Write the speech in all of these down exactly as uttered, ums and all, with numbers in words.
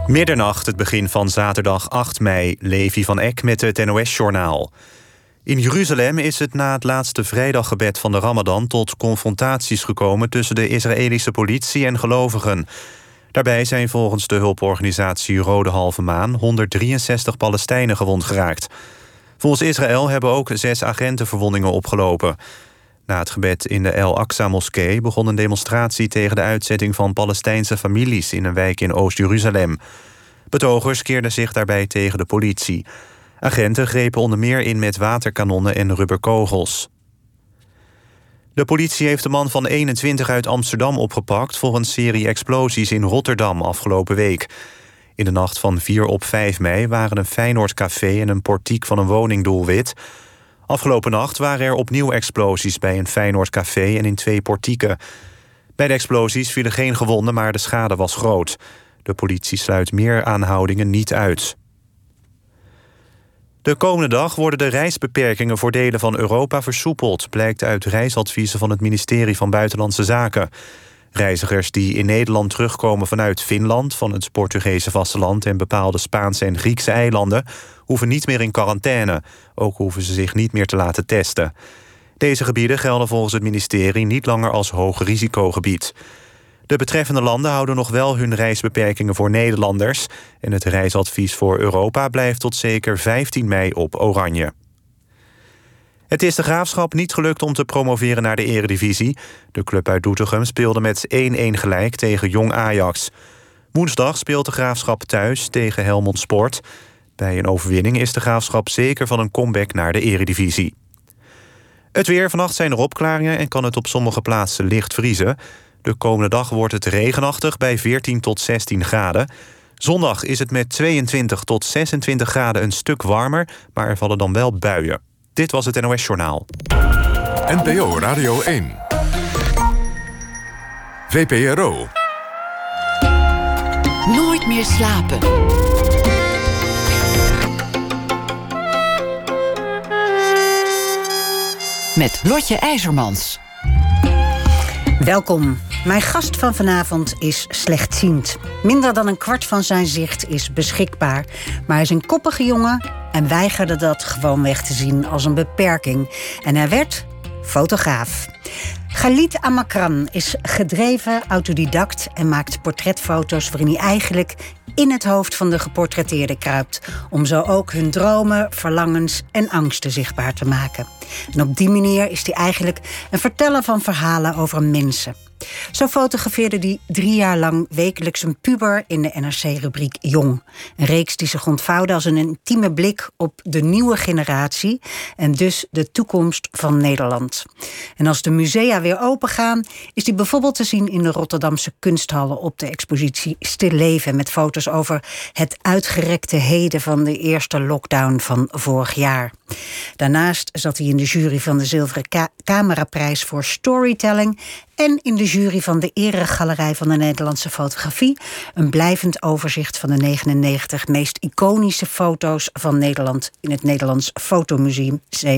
Middernacht, het begin van zaterdag acht mei. Levi van Eck met het N O S-journaal. In Jeruzalem is het na het laatste vrijdaggebed van de Ramadan tot confrontaties gekomen tussen de Israëlische politie en gelovigen. Daarbij zijn volgens de hulporganisatie Rode Halve Maan honderddrieënzestig Palestijnen gewond geraakt. Volgens Israël hebben ook zes agenten verwondingen opgelopen. Na het gebed in de El Aqsa-moskee begon een demonstratie tegen de uitzetting van Palestijnse families in een wijk in Oost-Jeruzalem. Betogers keerden zich daarbij tegen de politie. Agenten grepen onder meer in met waterkanonnen en rubberkogels. De politie heeft de man van eenentwintig uit Amsterdam opgepakt voor een serie explosies in Rotterdam afgelopen week. In de nacht van vier op vijf mei waren een Feyenoord-café en een portiek van een woning doelwit. Afgelopen nacht waren er opnieuw explosies bij een Feyenoord-café en in twee portieken. Bij de explosies vielen geen gewonden, maar de schade was groot. De politie sluit meer aanhoudingen niet uit. De komende dag worden de reisbeperkingen voor delen van Europa versoepeld, blijkt uit reisadviezen van het ministerie van Buitenlandse Zaken. Reizigers die in Nederland terugkomen vanuit Finland, van het Portugese vasteland en bepaalde Spaanse en Griekse eilanden, hoeven niet meer in quarantaine. Ook hoeven ze zich niet meer te laten testen. Deze gebieden gelden volgens het ministerie niet langer als hoog risicogebied. De betreffende landen houden nog wel hun reisbeperkingen voor Nederlanders en het reisadvies voor Europa blijft tot zeker vijftien mei op oranje. Het is de Graafschap niet gelukt om te promoveren naar de Eredivisie. De club uit Doetinchem speelde met één-één gelijk tegen Jong Ajax. Woensdag speelt de Graafschap thuis tegen Helmond Sport. Bij een overwinning is de Graafschap zeker van een comeback naar de Eredivisie. Het weer, vannacht zijn er opklaringen en kan het op sommige plaatsen licht vriezen. De komende dag wordt het regenachtig bij veertien tot zestien graden. Zondag is het met tweeëntwintig tot zesentwintig graden een stuk warmer, maar er vallen dan wel buien. Dit was het N O S-journaal. N P O Radio één. V P R O. Nooit meer slapen. Met Lotje IJzermans. Welkom. Mijn gast van vanavond is slechtziend. Minder dan een kwart van zijn zicht is beschikbaar. Maar hij is een koppige jongen en weigerde dat gewoon weg te zien als een beperking. En hij werd fotograaf. Khalid Amakran is gedreven autodidact en maakt portretfoto's waarin hij eigenlijk in het hoofd van de geportretteerde kruipt, om zo ook hun dromen, verlangens en angsten zichtbaar te maken. En op die manier is hij eigenlijk een verteller van verhalen over mensen. Zo fotografeerde hij drie jaar lang wekelijks een puber in de N R C-rubriek Jong. Een reeks die zich ontvouwde als een intieme blik op de nieuwe generatie en dus de toekomst van Nederland. En als de musea weer opengaan, is die bijvoorbeeld te zien in de Rotterdamse kunsthallen op de expositie Stil Leven, met foto's over het uitgerekte heden van de eerste lockdown van vorig jaar. Daarnaast zat hij in de jury van de Zilveren Ka- Cameraprijs voor Storytelling en in de jury van de Eregalerij van de Nederlandse Fotografie, een blijvend overzicht van de negenennegentig meest iconische foto's van Nederland in het Nederlands Fotomuseum.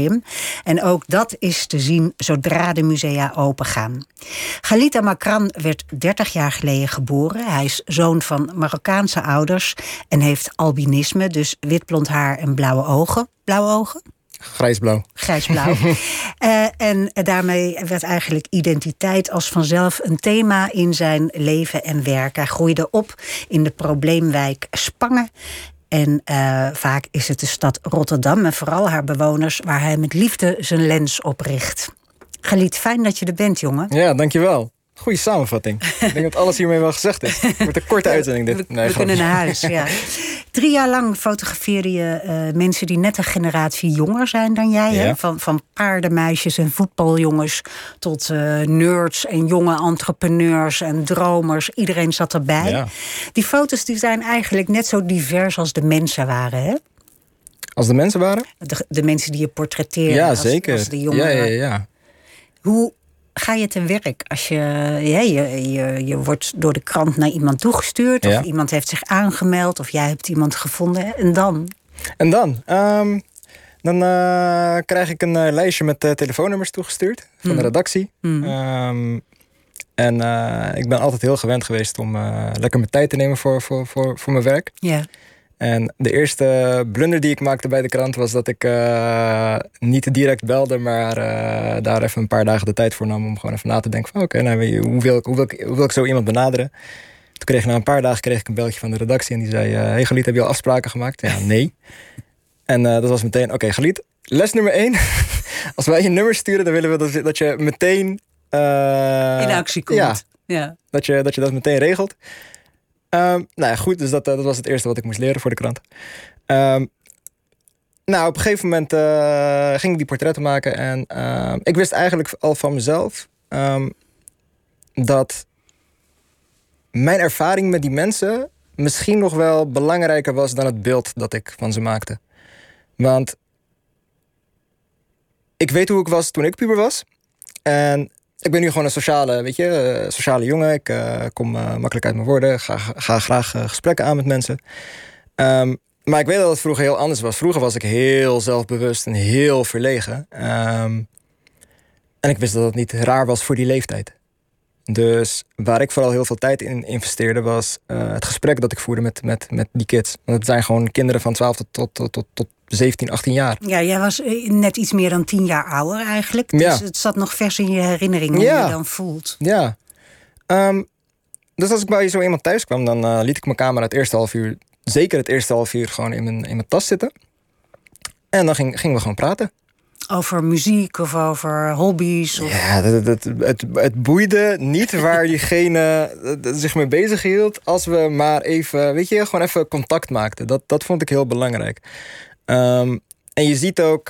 En ook dat is te zien zodra de musea opengaan. Khalid Amakran werd dertig jaar geleden geboren. Hij is zoon van Marokkaanse ouders en heeft albinisme, dus witblond haar en blauwe ogen. Blauwe ogen? Grijsblauw. Grijsblauw. uh, en daarmee werd eigenlijk identiteit als vanzelf een thema in zijn leven en werk. Hij groeide op in de probleemwijk Spangen. En uh, vaak is het de stad Rotterdam en vooral haar bewoners waar hij met liefde zijn lens op richt. Khalid, fijn dat je er bent, jongen. Ja, dankjewel. Goeie samenvatting. Ik denk dat alles hiermee wel gezegd is. Het wordt een korte uitzending dit. We, nee, we kunnen naar huis, ja. Drie jaar lang fotografeerde je uh, mensen die net een generatie jonger zijn dan jij. Ja. Hè? Van, van paardenmeisjes en voetbaljongens tot uh, nerds en jonge entrepreneurs en dromers. Iedereen zat erbij. Ja. Die foto's die zijn eigenlijk net zo divers als de mensen waren, hè? Als de mensen waren? De, de mensen die je portretteerde. Ja, als, zeker. Als de jongeren. Ja, ja, ja. Hoe ga je te werk als je, ja, je, je, je wordt door de krant naar iemand toegestuurd, ja, of iemand heeft zich aangemeld, of jij hebt iemand gevonden, en dan? En dan? Um, dan uh, krijg ik een uh, lijstje met uh, telefoonnummers toegestuurd van hmm. de redactie. Hmm. Um, En uh, ik ben altijd heel gewend geweest om uh, lekker mijn tijd te nemen voor, voor, voor, voor mijn werk. Ja. En de eerste blunder die ik maakte bij de krant was dat ik uh, niet direct belde, maar uh, daar even een paar dagen de tijd voor nam om gewoon even na te denken van oké, okay, nou, hoe, wil ik, hoe, wil ik, hoe wil ik zo iemand benaderen? Toen kreeg ik na een paar dagen kreeg ik een beltje van de redactie en die zei, uh, hey Galit, heb je al afspraken gemaakt? Ja, nee. En uh, dat was meteen, oké okay, Galit, les nummer één. Als wij je nummer sturen, dan willen we dat, dat je meteen uh, in actie komt. Ja, ja. Dat, je, dat je dat meteen regelt. Um, nou ja, goed, dus dat, dat was het eerste wat ik moest leren voor de krant. Um, nou, op een gegeven moment uh, ging ik die portretten maken. En uh, ik wist eigenlijk al van mezelf um, dat mijn ervaring met die mensen misschien nog wel belangrijker was dan het beeld dat ik van ze maakte. Want ik weet hoe ik was toen ik puber was. En ik ben nu gewoon een sociale, weet je, uh, sociale jongen. Ik uh, kom uh, makkelijk uit mijn woorden. Ga, ga graag uh, gesprekken aan met mensen. Um, maar ik weet dat het vroeger heel anders was. Vroeger was ik heel zelfbewust en heel verlegen. Um, en ik wist dat het niet raar was voor die leeftijd. Dus waar ik vooral heel veel tijd in investeerde was uh, het gesprek dat ik voerde met, met, met die kids. Want het zijn gewoon kinderen van twaalf tot, tot, tot, tot, tot zeventien, achttien jaar. Ja, jij was net iets meer dan tien jaar ouder eigenlijk. Dus ja. Het zat nog vers in je herinnering hoe ja. je dan voelt. Ja. Um, dus als ik bij zo iemand thuis kwam, dan uh, liet ik mijn camera het eerste half uur, zeker het eerste half uur, gewoon in mijn, in mijn tas zitten. En dan ging, gingen we gewoon praten. Over muziek of over hobby's? Of... Ja, het, het, het, het boeide niet waar diegene zich mee bezig hield, als we maar even, weet je, gewoon even contact maakten. Dat, dat vond ik heel belangrijk. Um, en je ziet ook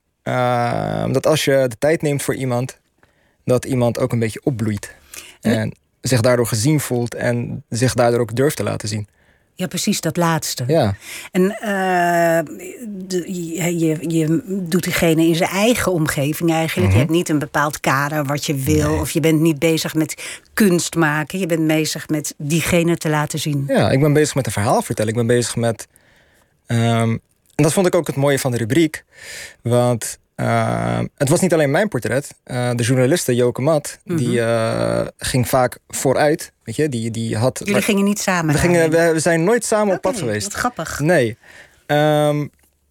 uh, dat als je de tijd neemt voor iemand, dat iemand ook een beetje opbloeit. Ja. En zich daardoor gezien voelt en zich daardoor ook durft te laten zien. Ja, precies, dat laatste. Ja. En uh, de, je, je, je doet diegene in zijn eigen omgeving eigenlijk. Mm-hmm. Je hebt niet een bepaald kader wat je wil. Nee. Of je bent niet bezig met kunst maken. Je bent bezig met diegene te laten zien. Ja, ik ben bezig met een verhaal vertellen. Ik ben bezig met... Um, en dat vond ik ook het mooie van de rubriek. Want uh, het was niet alleen mijn portret. Uh, de journaliste Joke Mat, mm-hmm. die uh, ging vaak vooruit. Weet je, die, die had... Jullie gingen niet samen? We, gingen, we, we zijn nooit samen okay, op pad geweest. Wat grappig. Nee. Um,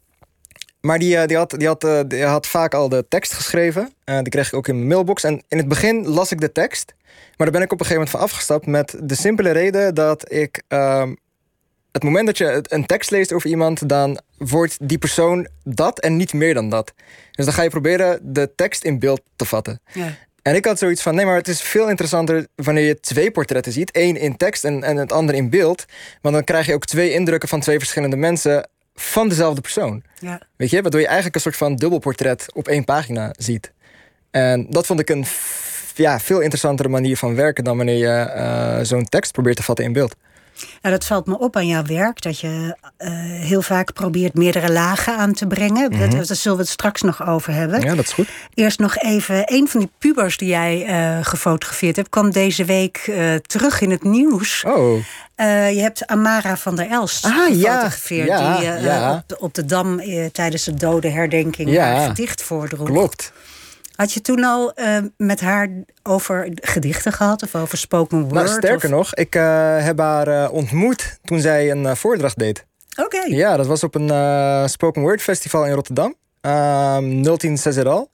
maar die, die, had, die, had, die had vaak al de tekst geschreven. Uh, die kreeg ik ook in mijn mailbox. En in het begin las ik de tekst. Maar daar ben ik op een gegeven moment van afgestapt. Met de simpele reden dat ik... Um, het moment dat je een tekst leest over iemand, dan wordt die persoon dat en niet meer dan dat. Dus dan ga je proberen de tekst in beeld te vatten. Ja. En ik had zoiets van, nee, maar het is veel interessanter wanneer je twee portretten ziet. Eén in tekst en, en het andere in beeld. Want dan krijg je ook twee indrukken van twee verschillende mensen van dezelfde persoon. Ja. Weet je, waardoor je eigenlijk een soort van dubbelportret op één pagina ziet. En dat vond ik een ja, veel interessantere manier van werken dan wanneer je uh, zo'n tekst probeert te vatten in beeld. Nou, dat valt me op aan jouw werk, dat je uh, heel vaak probeert meerdere lagen aan te brengen. Mm-hmm. Dat, daar zullen we het straks nog over hebben. Ja, dat is goed. Eerst nog even, een van die pubers die jij uh, gefotografeerd hebt, kwam deze week uh, terug in het nieuws. Oh. Uh, je hebt Amara van der Elst ah, gefotografeerd, ja, die uh, ja. op, de, op de Dam uh, tijdens de dodenherdenking ja. haar gedicht voordroeg. Klopt. Had je toen al uh, met haar over gedichten gehad of over spoken word? Nou, sterker of... nog, ik uh, heb haar uh, ontmoet toen zij een uh, voordracht deed. Oké. Okay. Ja, dat was op een uh, spoken word festival in Rotterdam. Uh, nul tien Cesaral.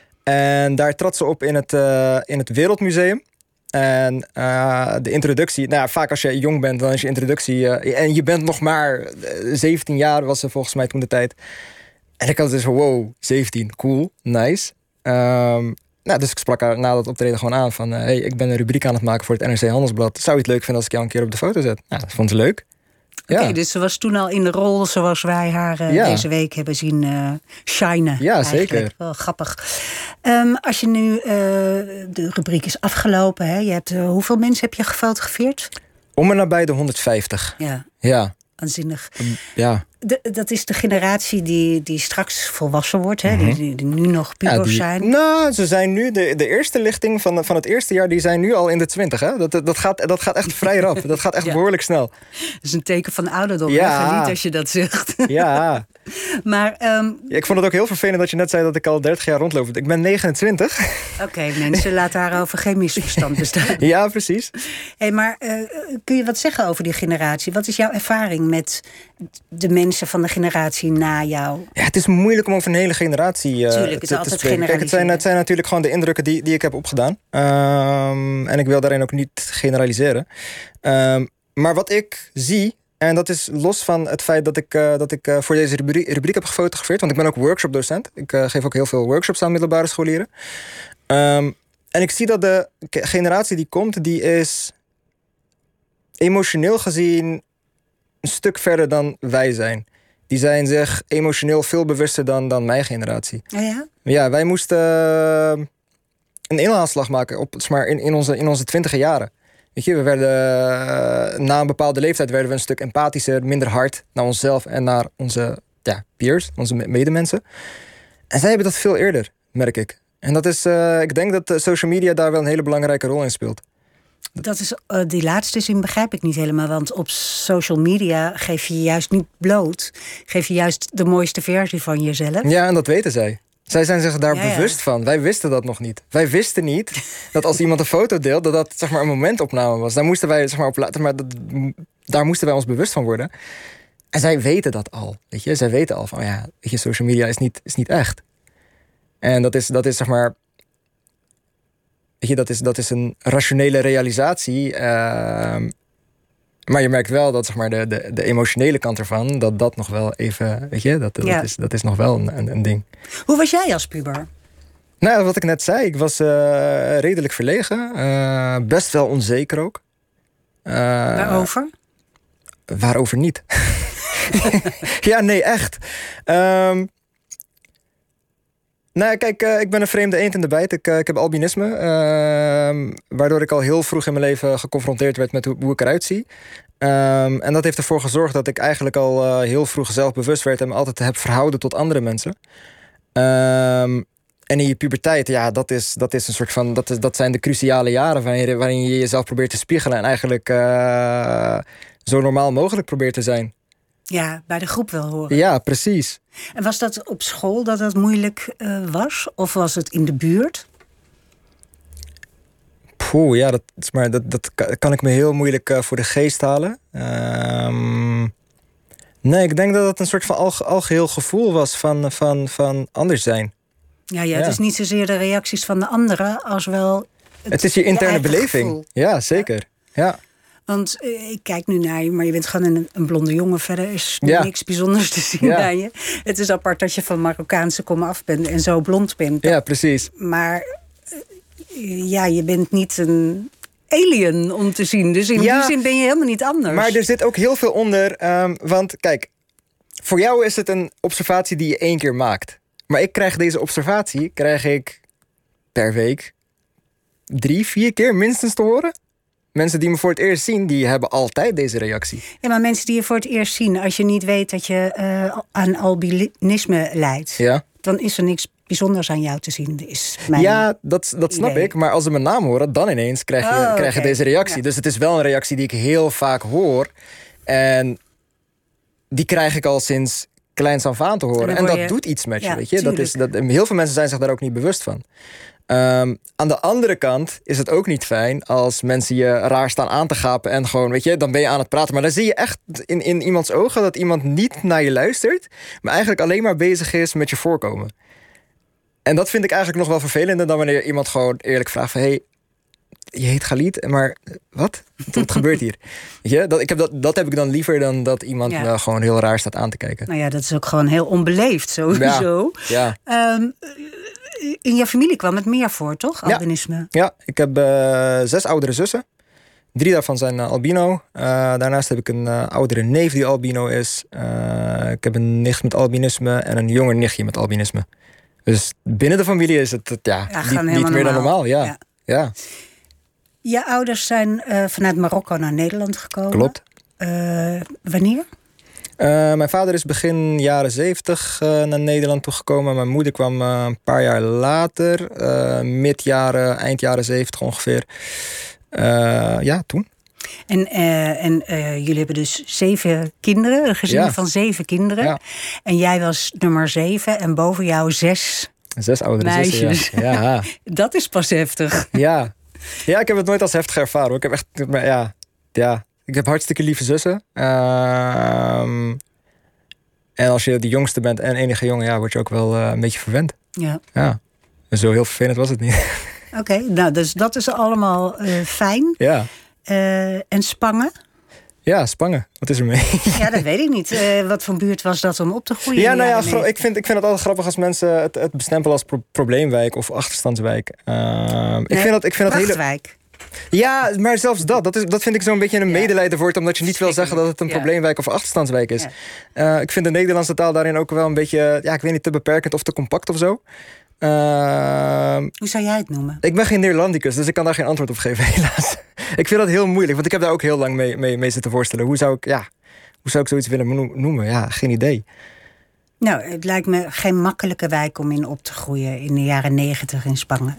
En daar trad ze op in het, uh, in het Wereldmuseum. En uh, de introductie... Nou ja, vaak als je jong bent, dan is je introductie... Uh, en je bent nog maar uh, zeventien jaar, was ze volgens mij toen de tijd. En ik had dus van, wow, zeventien, cool, nice... Um, nou, dus ik sprak haar na dat optreden gewoon aan van... Uh, hey, ik ben een rubriek aan het maken voor het N R C Handelsblad. Zou je het leuk vinden als ik jou een keer op de foto zet? Nou, dat vond ze leuk. Oké, okay, ja. Dus ze was toen al in de rol zoals wij haar uh, ja. deze week hebben zien uh, shinen. Ja, eigenlijk. zeker. Wel grappig. Um, als je nu... Uh, de rubriek is afgelopen, hè? Je hebt, uh, hoeveel mensen heb je gefotografeerd? Om en nabij de honderdvijftig. Ja. Ja. Aanzinnig. Ja. De, dat is de generatie die, die straks volwassen wordt, hè? Mm-hmm. die, die, die nu nog pubers ja, die, zijn. Nou, ze zijn nu, de, de eerste lichting van, van het eerste jaar, die zijn nu al in de twintig. Hè? Dat, dat, gaat, dat gaat echt vrij rap. Dat gaat echt ja. behoorlijk snel. Dat is een teken van ouderdom, ja. hè? Niet als je dat zegt. Ja. Maar, um... ja, ik vond het ook heel vervelend dat je net zei dat ik al dertig jaar rondloop. Ik ben negenentwintig. Oké, okay, mensen, laat daarover geen misverstand bestaan. Ja, precies. Hey, maar uh, kun je wat zeggen over die generatie? Wat is jouw ervaring met de mensen van de generatie na jou? Ja, het is moeilijk om over een hele generatie uh, Tuurlijk, te, het te spreken. Kijk, het zijn, het zijn natuurlijk gewoon de indrukken die, die ik heb opgedaan. Um, en ik wil daarin ook niet generaliseren. Um, maar wat ik zie, en dat is los van het feit dat ik, uh, dat ik uh, voor deze rubriek, rubriek heb gefotografeerd, want ik ben ook workshopdocent. Ik uh, geef ook heel veel workshops aan middelbare scholieren. Um, en ik zie dat de generatie die komt, die is emotioneel gezien een stuk verder dan wij zijn. Die zijn zich emotioneel veel bewuster dan, dan mijn generatie. Oh ja? Ja, wij moesten uh, een inhaalslag maken op, zeg maar, in, in onze in onze twintige jaren. Weet je, we werden uh, na een bepaalde leeftijd werden we een stuk empathischer, minder hard naar onszelf en naar onze ja, peers, onze medemensen. En zij hebben dat veel eerder, merk ik. En dat is, uh, ik denk dat social media daar wel een hele belangrijke rol in speelt. Dat is, uh, die laatste zin begrijp ik niet helemaal. Want op social media geef je juist niet bloot. Geef je juist de mooiste versie van jezelf. Ja, en dat weten zij. Zij zijn zich daar ja, ja. bewust van. Wij wisten dat nog niet. Wij wisten niet dat als iemand een foto deelt, dat dat zeg maar, een momentopname was. Daar moesten wij, zeg maar, op, maar dat, daar moesten wij ons bewust van worden. En zij weten dat al. Weet je? Zij weten al van, ja, weet je, social media is niet, is niet echt. En dat is, dat is zeg maar... Weet je, dat is, dat is een rationele realisatie. Uh, maar je merkt wel dat zeg maar, de, de, de emotionele kant ervan, dat dat nog wel even, weet je, dat, ja. dat, is, dat is nog wel een, een, een ding. Hoe was jij als puber? Nou, wat ik net zei, ik was uh, redelijk verlegen. Uh, best wel onzeker ook. Uh, Waarover? Waarover niet. Ja, nee, echt. Um, Nou, kijk, uh, ik ben een vreemde eend in de bijt. Ik, uh, ik heb albinisme. Uh, waardoor ik al heel vroeg in mijn leven geconfronteerd werd met hoe, hoe ik eruit zie. Um, en dat heeft ervoor gezorgd dat ik eigenlijk al uh, heel vroeg zelfbewust werd en me altijd heb verhouden tot andere mensen. Um, en in je puberteit, ja, dat is, dat is een soort van. Dat, is, dat zijn de cruciale jaren waarin je, waarin je jezelf probeert te spiegelen en eigenlijk uh, zo normaal mogelijk probeert te zijn. Ja, bij de groep wel horen. Ja, precies. En was dat op school dat dat moeilijk uh, was? Of was het in de buurt? Poeh, ja, dat, is maar, dat, dat kan ik me heel moeilijk uh, voor de geest halen. Um, nee, ik denk dat het een soort van alge, algeheel gevoel was van, van, van anders zijn. Ja, ja, het ja. is niet zozeer de reacties van de anderen als wel... Het, het is je interne je beleving. Gevoel. Ja, zeker. Ja. ja. Want uh, ik kijk nu naar je, maar je bent gewoon een, een blonde jongen. Verder is ja. niks bijzonders te zien ja. bij je. Het is apart dat je van Marokkaanse komaf bent en zo blond bent. Ja, precies. Maar uh, ja, je bent niet een alien om te zien. Dus in ja, die zin ben je helemaal niet anders. Maar er zit ook heel veel onder. Um, want kijk, voor jou is het een observatie die je één keer maakt. Maar ik krijg deze observatie krijg ik per week drie, vier keer minstens te horen. Mensen die me voor het eerst zien, die hebben altijd deze reactie. Ja, maar mensen die je voor het eerst zien, als je niet weet dat je uh, aan albinisme lijdt, ja. dan is er niks bijzonders aan jou te zien. Is mijn ja, dat, dat snap idee. ik. Maar als ze mijn naam horen, dan ineens krijg je, oh, krijg je okay. deze reactie. Ja. Dus het is wel een reactie die ik heel vaak hoor. En die krijg ik al sinds kleins af aan te horen. En, en dat je... doet iets met je, ja, weet je. Dat is, dat, heel veel mensen zijn zich daar ook niet bewust van. Um, aan de andere kant is het ook niet fijn als mensen je raar staan aan te gapen en gewoon, weet je, dan ben je aan het praten. Maar dan zie je echt in, in iemands ogen dat iemand niet naar je luistert, maar eigenlijk alleen maar bezig is met je voorkomen. En dat vind ik eigenlijk nog wel vervelender dan wanneer iemand gewoon eerlijk vraagt van, hé, hey, je heet Khalid, maar wat? Wat gebeurt hier? Weet je, dat, ik heb dat, dat heb ik dan liever dan dat iemand ja. me gewoon heel raar staat aan te kijken. Nou ja, dat is ook gewoon heel onbeleefd sowieso. Ja. ja. Um, in jouw familie kwam het meer voor, toch? Albinisme. Ja, ja. Ik heb uh, zes oudere zussen. Drie daarvan zijn uh, albino. Uh, daarnaast heb ik een uh, oudere neef die albino is. Uh, ik heb een nicht met albinisme en een jonger nichtje met albinisme. Dus binnen de familie is het, het ja, ja niet, niet meer dan normaal. Ja. Ja. Ja. Je ouders zijn uh, vanuit Marokko naar Nederland gekomen. Klopt. Uh, wanneer? Uh, mijn vader is begin jaren zeventig uh, naar Nederland toegekomen. Mijn moeder kwam uh, een paar jaar later. Uh, Midjaren, eind jaren zeventig ongeveer. Uh, ja, toen. En, uh, en uh, jullie hebben dus zeven kinderen, een gezin ja. van zeven kinderen. Ja. En jij was nummer zeven en boven jou zes, zes oudere meisjes. Zussen, ja. Ja. Dat is pas heftig. Ja. Ja, ik heb het nooit als heftig ervaren. Hoor. Ik heb echt, ja, ja, ik heb hartstikke lieve zussen. Um, en als je de jongste bent en enige jongen, ja, word je ook wel uh, een beetje verwend. Ja. Ja. Zo heel vervelend was het niet. Oké, okay, nou, dus dat is allemaal uh, fijn. Ja. Uh, en Spangen? Ja, Spangen. Wat is er mee? Ja, dat weet ik niet. Uh, wat voor buurt was dat om op te groeien? Ja, nou ja, gro- ik, vind, ik vind het altijd grappig als mensen het, het bestempelen als pro- probleemwijk of achterstandswijk. Uh, nee, ik vind dat, ik vind dat hele... Ja, maar zelfs dat. Dat, is, dat vind ik zo'n beetje een ja. medelijdenwoord, omdat je niet wil zeggen dat het een ja. probleemwijk of achterstandswijk is. Ja. Uh, ik vind de Nederlandse taal daarin ook wel een beetje, ja, ik weet niet, te beperkend of te compact of zo. Uh, Hoe zou jij het noemen? Ik ben geen Neerlandicus, dus ik kan daar geen antwoord op geven, helaas. Ik vind dat heel moeilijk, want ik heb daar ook heel lang mee, mee, mee zitten voorstellen. Hoe zou ik, ja, hoe zou ik zoiets willen noemen? Ja, geen idee. Nou, het lijkt me geen makkelijke wijk om in op te groeien in de jaren negentig in Spangen.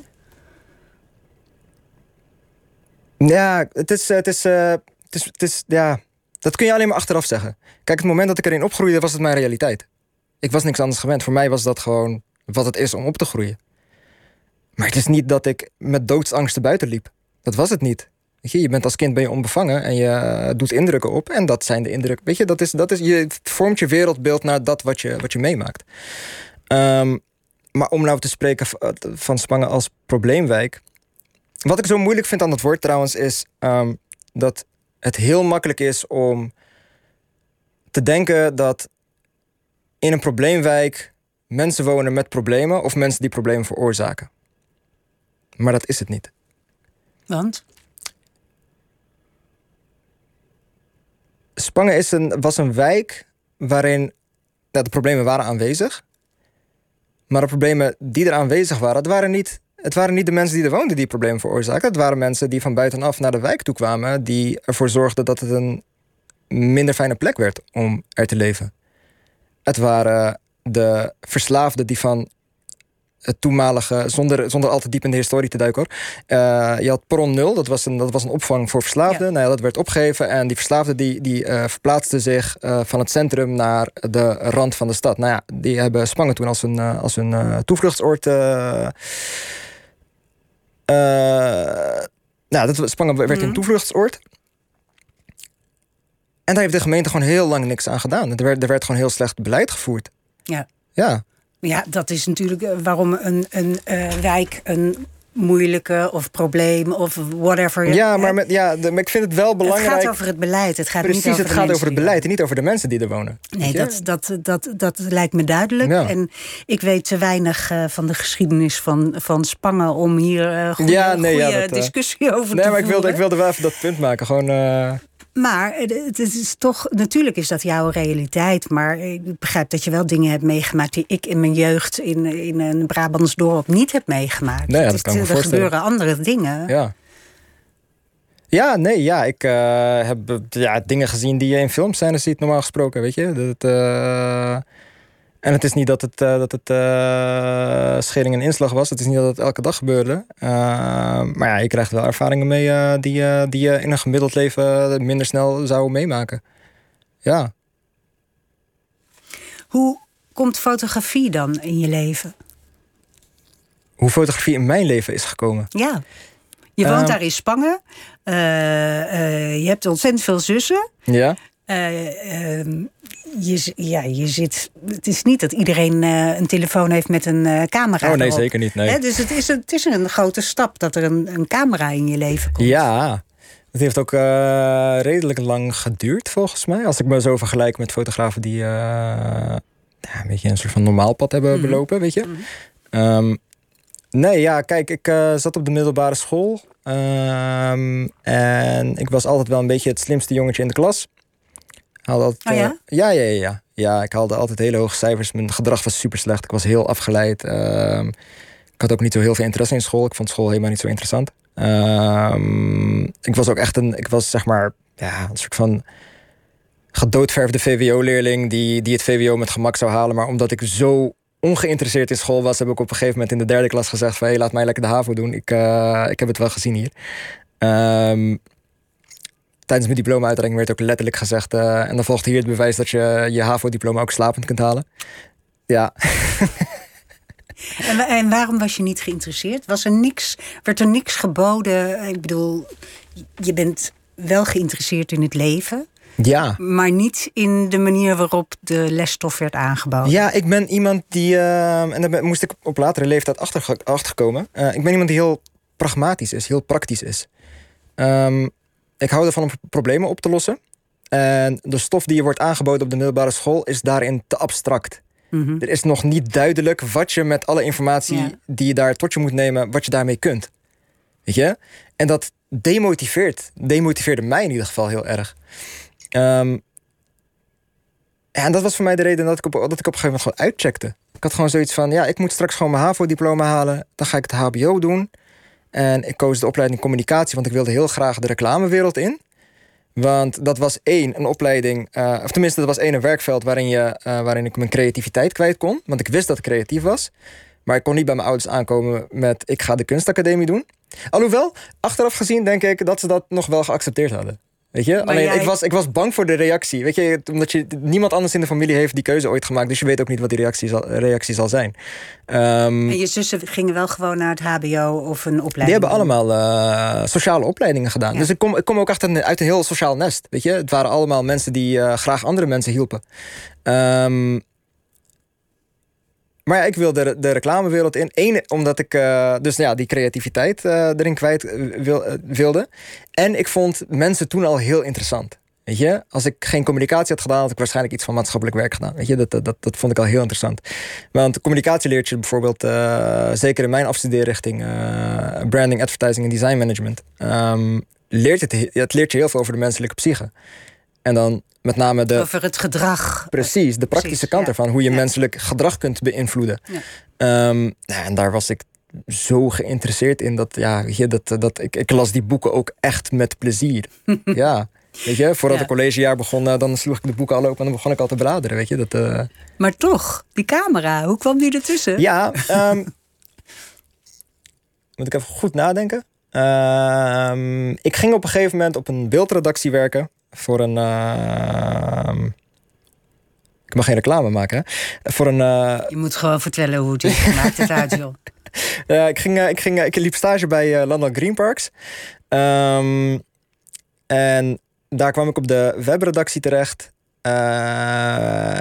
Ja, het is, het is, uh, het is, het is, ja, dat kun je alleen maar achteraf zeggen. Kijk, het moment dat ik erin opgroeide, was het mijn realiteit. Ik was niks anders gewend. Voor mij was dat gewoon wat het is om op te groeien. Maar het is niet dat ik met doodsangsten buiten liep. Dat was het niet. Weet je, je bent als kind ben je onbevangen en je doet indrukken op. En dat zijn de indrukken. Weet je, dat is, dat is, je vormt je wereldbeeld naar dat wat je, wat je meemaakt. Um, maar om nou te spreken van Spangen als probleemwijk. Wat ik zo moeilijk vind aan dat woord trouwens is um, dat het heel makkelijk is om te denken dat in een probleemwijk mensen wonen met problemen of mensen die problemen veroorzaken. Maar dat is het niet. Want? Spangen is een, was een wijk waarin nou, de problemen waren aanwezig. Maar de problemen die er aanwezig waren, het waren niet... Het waren niet de mensen die er woonden die problemen veroorzaakten. Het waren mensen die van buitenaf naar de wijk toe kwamen, die ervoor zorgden dat het een minder fijne plek werd om er te leven. Het waren de verslaafden die van het toenmalige, zonder, zonder al te diep in de historie te duiken hoor. Uh, je had Perron nul, dat was een, dat was een opvang voor verslaafden. Ja. Nou ja, dat werd opgegeven en die verslaafden die, die uh, verplaatsten zich uh, van het centrum naar de rand van de stad. Nou ja, die hebben Spangen toen als hun, uh, als hun uh, toevluchtsoord... Uh, Uh, nou, dat Spangen werd mm. een toevluchtsoord. En daar heeft de gemeente gewoon heel lang niks aan gedaan. Er werd, er werd gewoon heel slecht beleid gevoerd. Ja. Ja. Ja, dat is natuurlijk waarom een, een uh, wijk een moeilijke of probleem of whatever. Ja, maar, met, ja, de, maar ik vind het wel belangrijk. Het gaat over het beleid. Het gaat Precies, niet over het de gaat over het beleid en die... niet over de mensen die er wonen. Nee, dat, dat, dat, dat lijkt me duidelijk. Ja. En ik weet te weinig uh, van de geschiedenis van, van Spangen om hier uh, goede, ja, nee, goede ja, dat, uh, discussie over nee, te maar ik wilde, voeren. ik wilde wel even dat punt maken. Gewoon... Uh... Maar het is toch, natuurlijk is dat jouw realiteit. Maar ik begrijp dat je wel dingen hebt meegemaakt die ik in mijn jeugd in, in een Brabants dorp niet heb meegemaakt. Nee, ja, dat kan me er gebeuren andere dingen. Ja. Ja, nee, ja, ik uh, heb ja, dingen gezien die je in filmscènes ziet, normaal gesproken, weet je. Dat, uh... En het is niet dat het, uh, dat het uh, scheling en inslag was. Het is niet dat het elke dag gebeurde. Uh, maar ja, je krijgt wel ervaringen mee uh, die, uh, die je in een gemiddeld leven minder snel zou meemaken. Ja. Hoe komt fotografie dan in je leven? Hoe fotografie in mijn leven is gekomen? Ja. Je woont uh, daar in Spangen. Uh, uh, je hebt ontzettend veel zussen. Ja. Uh, uh, je, ja, je zit, het is niet dat iedereen uh, een telefoon heeft met een uh, camera. Oh nee, erop. zeker niet. Nee. He, dus het is, het is een grote stap dat er een, een camera in je leven komt. Ja, het heeft ook uh, redelijk lang geduurd volgens mij. Als ik me zo vergelijk met fotografen die uh, ja, een beetje een soort van normaal pad hebben mm. belopen, weet je. Mm. Um, nee, ja, kijk, ik uh, zat op de middelbare school. Um, en ik was altijd wel een beetje het slimste jongetje in de klas. Haalde altijd, oh ja? Uh, ja, ja, ja, ja. Ja, ik haalde altijd hele hoge cijfers. Mijn gedrag was super slecht. Ik was heel afgeleid. Uh, ik had ook niet zo heel veel interesse in school. Ik vond school helemaal niet zo interessant. Uh, ik was ook echt een... Ik was zeg maar... Ja, een soort van... gedoodverfde V W O-leerling... Die, die het V W O met gemak zou halen. Maar omdat ik zo ongeïnteresseerd in school was... heb ik op een gegeven moment in de derde klas gezegd... van, hey, laat mij lekker de HAVO doen. Ik, uh, ik heb het wel gezien hier. Um, tijdens mijn diploma-uitreiking werd ook letterlijk gezegd... Uh, en dan volgt hier het bewijs dat je je HAVO-diploma ook slapend kunt halen. Ja. En, en waarom was je niet geïnteresseerd? Was er niks, werd er niks geboden? Ik bedoel, je bent wel geïnteresseerd in het leven... Ja. Maar niet in de manier waarop de lesstof werd aangeboden. Ja, ik ben iemand die... Uh, en daar moest ik op latere leeftijd achter, achterkomen. Uh, ik ben iemand die heel pragmatisch is, heel praktisch is. Um, ik hou ervan om problemen op te lossen. En de stof die je wordt aangeboden op de middelbare school... is daarin te abstract. Mm-hmm. Er is nog niet duidelijk wat je met alle informatie... Ja. die je daar tot je moet nemen, wat je daarmee kunt. Weet je? En dat demotiveert. Demotiveerde mij in ieder geval heel erg. Um, ja, en dat was voor mij de reden dat ik, op, dat ik op een gegeven moment gewoon uitcheckte. Ik had gewoon zoiets van, ja, ik moet straks gewoon mijn HAVO-diploma halen. Dan ga ik het H B O doen. En ik koos de opleiding communicatie, want ik wilde heel graag de reclamewereld in. Want dat was één, een opleiding... Uh, of tenminste, dat was één, een werkveld waarin, je, uh, waarin ik mijn creativiteit kwijt kon. Want ik wist dat ik creatief was. Maar ik kon niet bij mijn ouders aankomen met... ik ga de kunstacademie doen. Alhoewel, achteraf gezien denk ik dat ze dat nog wel geaccepteerd hadden. Weet je? Alleen, jij... ik, was, ik was bang voor de reactie. Weet je, omdat je niemand anders in de familie heeft die keuze ooit gemaakt. Dus je weet ook niet wat die reactie zal, reactie zal zijn. Um, en je zussen gingen wel gewoon naar het H B O of een opleiding? Die hebben allemaal uh, sociale opleidingen gedaan. Ja. Dus ik kom, ik kom ook echt een, uit een heel sociaal nest. Weet je? Het waren allemaal mensen die uh, graag andere mensen hielpen. Um, Maar ja, ik wilde de, de reclamewereld in. Eén, omdat ik uh, dus ja, die creativiteit uh, erin kwijt wil, uh, wilde. En ik vond mensen toen al heel interessant. Weet je? Als ik geen communicatie had gedaan, had ik waarschijnlijk iets van maatschappelijk werk gedaan. Weet je? Dat, dat, dat vond ik al heel interessant. Want communicatie leert je bijvoorbeeld, uh, zeker in mijn afstudeerrichting, uh, branding, advertising en design management. Um, leert het, het leert je heel veel over de menselijke psyche. En dan met name de... Over het gedrag. Precies, de praktische Precies, kant ja. ervan. Hoe je ja. menselijk gedrag kunt beïnvloeden. Ja. Um, nou, en daar was ik zo geïnteresseerd in. Dat, ja, weet je, dat, dat, ik, ik las die boeken ook echt met plezier. Ja, weet je, voordat ja. het collegejaar begon... dan sloeg ik de boeken al open en dan begon ik al te bladeren. Weet je, dat, uh... Maar toch, die camera, hoe kwam die ertussen? Ja, um, moet ik even goed nadenken. Um, ik ging op een gegeven moment op een beeldredactie werken... Voor een... Uh, ik mag geen reclame maken, hè? Voor een... Uh, je moet gewoon vertellen hoe het is. Maakt het uit, joh. uh, ik, ging, uh, ik, ging, uh, ik liep stage bij uh, Landal Green Parks. Um, en daar kwam ik op de webredactie terecht. Uh,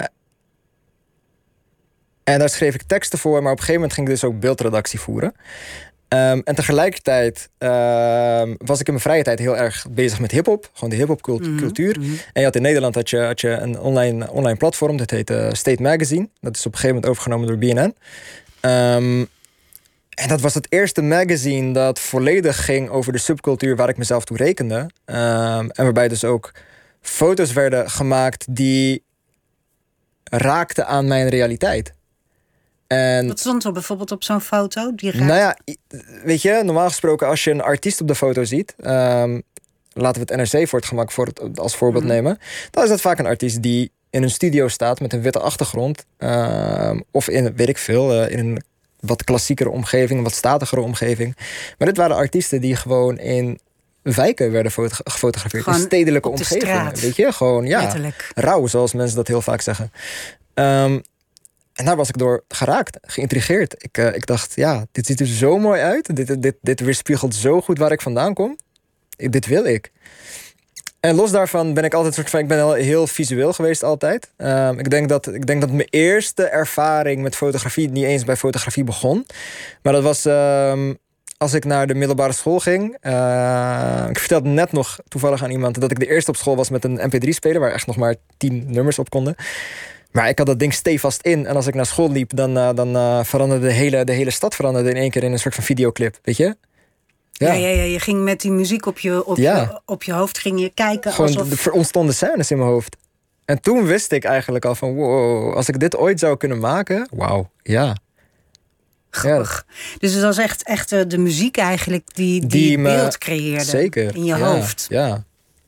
en daar schreef ik teksten voor. Maar op een gegeven moment ging ik dus ook beeldredactie voeren. Um, en tegelijkertijd uh, was ik in mijn vrije tijd heel erg bezig met hiphop. Gewoon de hiphop cultuur. Mm-hmm. En je had in Nederland had je, had je een online, online platform. Dat heette State Magazine. Dat is op een gegeven moment overgenomen door B N N. Um, en dat was het eerste magazine dat volledig ging over de subcultuur waar ik mezelf toe rekende. Um, en waarbij dus ook foto's werden gemaakt die raakten aan mijn realiteit. En, wat stond er bijvoorbeeld op zo'n foto? Die nou ja, weet je, normaal gesproken als je een artiest op de foto ziet... Um, laten we het N R C voor het gemak voor het, als voorbeeld mm-hmm. nemen... dan is dat vaak een artiest die in een studio staat met een witte achtergrond... Um, of in, weet ik veel, uh, in een wat klassiekere omgeving, een wat statigere omgeving. Maar dit waren artiesten die gewoon in wijken werden foto- gefotografeerd. Gewoon in stedelijke omgevingen, weet je? Gewoon, ja, letterlijk. Rauw, zoals mensen dat heel vaak zeggen. Um, En daar was ik door geraakt, geïntrigeerd. Ik, uh, ik dacht, ja, dit ziet er zo mooi uit. Dit, dit, dit weerspiegelt zo goed waar ik vandaan kom. Ik, dit wil ik. En los daarvan ben ik altijd soort van... ik ben heel, heel visueel geweest altijd. Um, ik, denk dat, ik denk dat mijn eerste ervaring met fotografie... niet eens bij fotografie begon. Maar dat was um, als ik naar de middelbare school ging. Uh, ik vertelde net nog toevallig aan iemand... dat ik de eerste op school was met een M P drie speler... waar echt nog maar tien nummers op konden. Maar ik had dat ding stevast in. En als ik naar school liep, dan, uh, dan uh, veranderde de hele, de hele stad veranderde in één keer in een soort van videoclip. Weet je? Ja, ja, ja, je ging met die muziek op je, op ja. je, op je hoofd ging je kijken. Gewoon alsof... er ontstonden scènes in mijn hoofd. En toen wist ik eigenlijk al van... wow, als ik dit ooit zou kunnen maken... wauw, ja. Grappig. Ja. Dus het was echt, echt de muziek eigenlijk die, die, die me, beeld creëerde. Zeker. In je ja, hoofd. Ja.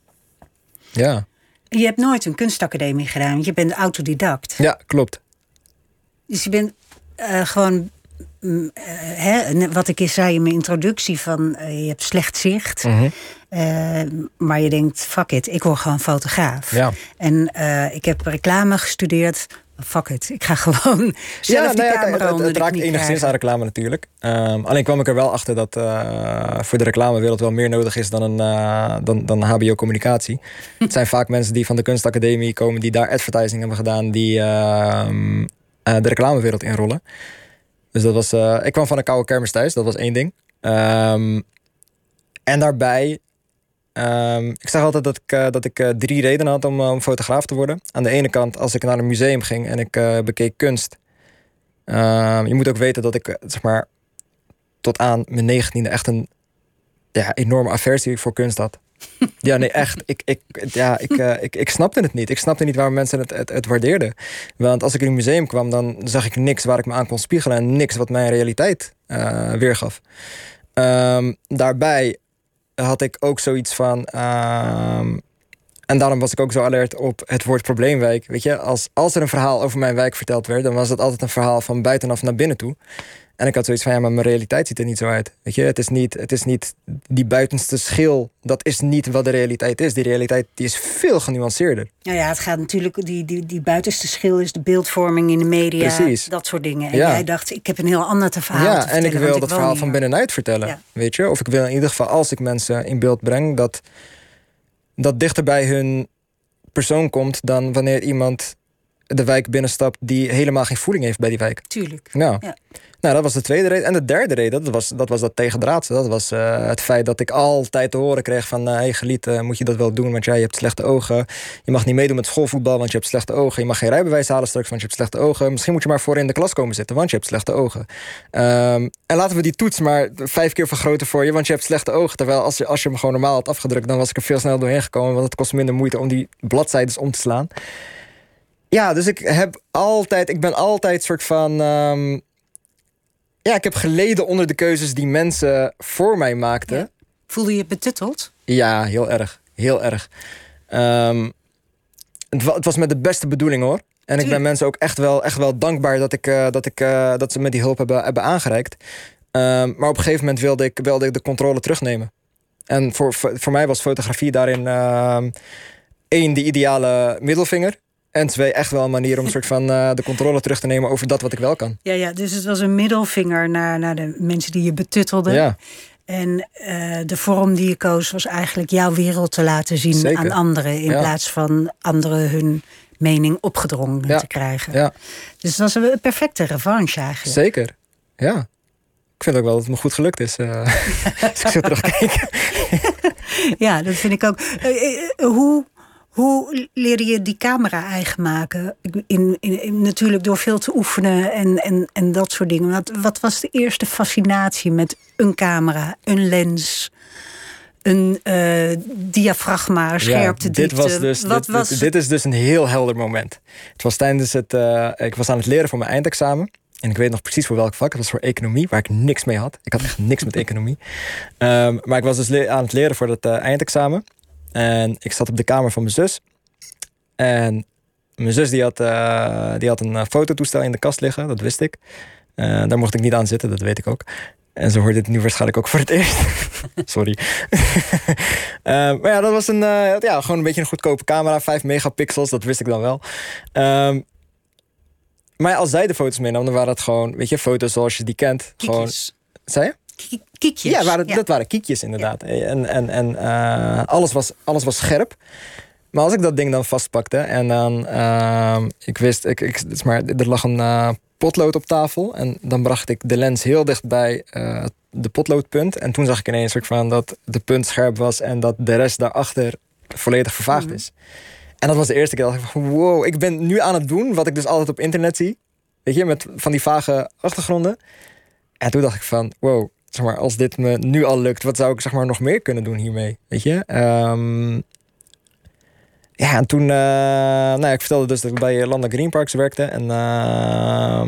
Ja. Je hebt nooit een kunstacademie gedaan, want je bent autodidact. Ja, klopt. Dus je bent uh, gewoon uh, hè, wat ik eens zei in mijn introductie van uh, je hebt slecht zicht. Mm-hmm. Uh, maar je denkt, fuck it, ik word gewoon fotograaf. Ja. En uh, ik heb reclame gestudeerd. Fuck it, ik ga gewoon zelf ja, die nou ja, camera het, het, onder het de raakt knie enigszins krijgen. aan reclame natuurlijk. Um, alleen kwam ik er wel achter dat uh, voor de reclamewereld wel meer nodig is dan een uh, dan, dan H B O-communicatie. Het zijn vaak mensen die van de kunstacademie komen, die daar advertising hebben gedaan, die uh, uh, de reclamewereld inrollen. Dus dat was. Uh, ik kwam van een koude kermis thuis, dat was één ding. Um, en daarbij. Um, ik zeg altijd dat ik, uh, dat ik uh, drie redenen had om, uh, om fotograaf te worden. Aan de ene kant, als ik naar een museum ging en ik uh, bekeek kunst. Uh, je moet ook weten dat ik, uh, zeg maar, tot aan mijn negentiende echt een ja, enorme aversie voor kunst had. Ja, nee, echt. Ik, ik, ja, ik, uh, ik, ik snapte het niet. Ik snapte niet waarom mensen het, het, het waardeerden. Want als ik in een museum kwam, dan zag ik niks waar ik me aan kon spiegelen en niks wat mijn realiteit uh, weergaf. Um, daarbij had ik ook zoiets van. Um, en daarom was ik ook zo alert op het woord probleemwijk. Weet je, als, als er een verhaal over mijn wijk verteld werd, dan was het altijd een verhaal van buitenaf naar binnen toe. En ik had zoiets van, ja, maar mijn realiteit ziet er niet zo uit. Weet je, het is niet, het is niet die buitenste schil. Dat is niet wat de realiteit is. Die realiteit die is veel genuanceerder. Nou ja, het gaat natuurlijk, die, die, die buitenste schil is de beeldvorming in de media. Precies. Dat soort dingen. En ja. jij dacht, ik heb een heel ander te verhaal ja, te vertellen. en ik wil ik dat verhaal van binnenuit vertellen. Ja. Weet je, of ik wil in ieder geval, als ik mensen in beeld breng, dat dat dichter bij hun persoon komt dan wanneer iemand de wijk binnenstapt die helemaal geen voeling heeft bij die wijk. Tuurlijk. Nou, ja. nou dat was de tweede reden. En de derde reden, dat was dat, was dat tegendraadse. Dat was uh, het feit dat ik altijd te horen kreeg van, hé hey, gelied, uh, moet je dat wel doen, want jij je hebt slechte ogen. Je mag niet meedoen met schoolvoetbal, want je hebt slechte ogen. Je mag geen rijbewijs halen straks, want je hebt slechte ogen. Misschien moet je maar voor in de klas komen zitten, want je hebt slechte ogen. Um, en laten we die toets maar vijf keer vergroten voor je, want je hebt slechte ogen. Terwijl als je, als je hem gewoon normaal had afgedrukt, dan was ik er veel sneller doorheen gekomen, want het kost minder moeite om die bladzijdes om te slaan. Ja, dus ik heb altijd, ik ben altijd soort van, um, ja, ik heb geleden onder de keuzes die mensen voor mij maakten. Ja. Voelde je betutteld? Ja, heel erg, heel erg. Um, het, het was met de beste bedoeling, hoor. En Tuurlijk. Ik ben mensen ook echt wel, echt wel dankbaar dat, ik, uh, dat, ik, uh, dat ze me die hulp hebben, hebben aangereikt. Um, maar op een gegeven moment wilde ik, wilde ik de controle terugnemen. En voor, voor, voor mij was fotografie daarin uh, één, de ideale middelvinger. En twee, echt wel een manier om een soort van uh, de controle terug te nemen over dat wat ik wel kan. Ja, ja, dus het was een middelvinger naar, naar de mensen die je betuttelden. Ja. En uh, de vorm die je koos was eigenlijk jouw wereld te laten zien Zeker. aan anderen. In ja. plaats van anderen hun mening opgedrongen ja. te krijgen. Ja. Dus dat was een perfecte revanche eigenlijk. Zeker, ja. Ik vind ook wel dat het me goed gelukt is. Uh, als ik zo terugkijk. Ja, dat vind ik ook. Uh, uh, hoe... Hoe leerde je die camera eigen maken? In, in, in, natuurlijk door veel te oefenen en, en, en dat soort dingen. Wat, wat was de eerste fascinatie met een camera, een lens, een uh, diafragma, scherpte, ja, dit was dus, wat dit, was... Dit, dit is dus een heel helder moment. Het was tijdens het, uh, ik was aan het leren voor mijn eindexamen. En ik weet nog precies voor welk vak. Het was voor economie, waar ik niks mee had. Ik had echt niks met economie. Um, maar ik was dus le- aan het leren voor dat uh, eindexamen. En ik zat op de kamer van mijn zus. En mijn zus die had, uh, die had een uh, fototoestel in de kast liggen. Dat wist ik. Uh, daar mocht ik niet aan zitten, dat weet ik ook. En ze hoorde het nu waarschijnlijk ook voor het eerst. Sorry. uh, maar ja, dat was een, uh, ja, gewoon een beetje een goedkope camera. vijf megapixels, dat wist ik dan wel. Um, maar als zij de foto's meenam, dan waren het gewoon, weet je, foto's zoals je die kent. Gewoon, zei je? Kiekjes. Ja, waren, ja, dat waren kiekjes inderdaad. Ja. En, en, en uh, alles, was, alles was scherp. Maar als ik dat ding dan vastpakte en dan... Uh, ik wist, ik, ik, het is maar, er lag een uh, potlood op tafel. En dan bracht ik de lens heel dicht bij uh, de potloodpunt. En toen zag ik ineens soort van dat de punt scherp was en dat de rest daarachter volledig vervaagd mm. is. En dat was de eerste keer dat ik dacht, wow, ik ben nu aan het doen wat ik dus altijd op internet zie. Weet je, met van die vage achtergronden. En toen dacht ik van, wow, zeg maar, als dit me nu al lukt, wat zou ik zeg maar nog meer kunnen doen hiermee? Weet je? Um, ja, en toen, uh, nou ja, ik vertelde dus dat ik bij Landa Green Parks werkte. En uh,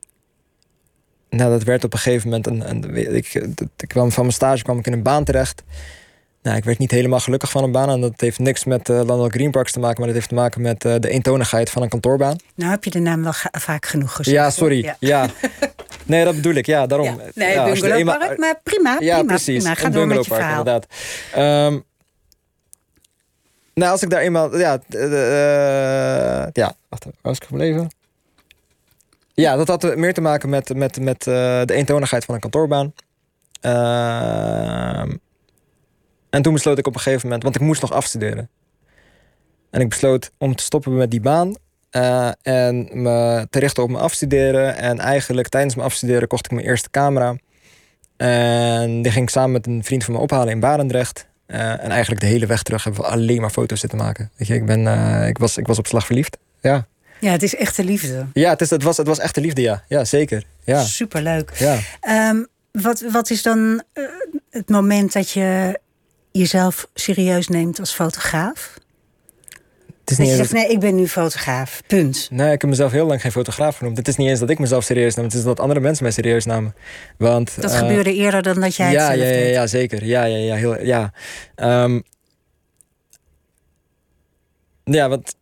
nou, dat werd op een gegeven moment, een, een, ik, ik kwam van mijn stage kwam ik in een baan terecht. Nou, ik werd niet helemaal gelukkig van een baan. En dat heeft niks met uh, Landa Green Parks te maken, maar dat heeft te maken met uh, de eentonigheid van een kantoorbaan. Nou heb je de naam wel ga- vaak genoeg gezegd. Ja, sorry. Ja. ja. Nee, dat bedoel ik, ja, daarom. Ja. Nee, ja, bungalowpark, eenmaal... maar prima, Ja, prima, precies, prima. Ga een door met je bungalowpark, verhaal. inderdaad. Um, nou, als ik daar eenmaal... Ja, uh, uh, ja wacht even, waar was ik gebleven? Ja, dat had meer te maken met, met, met uh, de eentonigheid van een kantoorbaan. Uh, en toen besloot ik op een gegeven moment... Want ik moest nog afstuderen. En ik besloot om te stoppen met die baan... Uh, en me te richten op mijn afstuderen. En eigenlijk tijdens mijn afstuderen kocht ik mijn eerste camera. En die ging ik samen met een vriend van me ophalen in Barendrecht. Uh, en eigenlijk de hele weg terug hebben we alleen maar foto's zitten maken. Weet je, ik, ben, uh, ik, was, ik was op slag verliefd. Ja, ja, het is echte liefde. Ja, het, is, het, was, het was echte liefde, ja. Ja, zeker. Ja. Superleuk. Ja. Um, wat, wat is dan uh, het moment dat je jezelf serieus neemt als fotograaf? Het is dat niet je eens zegt, dat... nee, ik ben nu fotograaf. Punt. Nee, ik heb mezelf heel lang geen fotograaf genoemd. Het is niet eens dat ik mezelf serieus nam. Het is dat andere mensen mij serieus namen. Want, dat uh, gebeurde eerder dan dat jij ja, het zelf ja, ja, deed. ja, zeker. Ja, ja, ja. Heel, ja. Um, ja, want...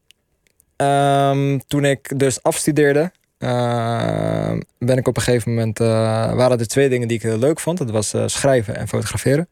Um, toen ik dus afstudeerde... Uh, ben ik op een gegeven moment... Uh, waren er twee dingen die ik heel leuk vond. Dat was uh, schrijven en fotograferen.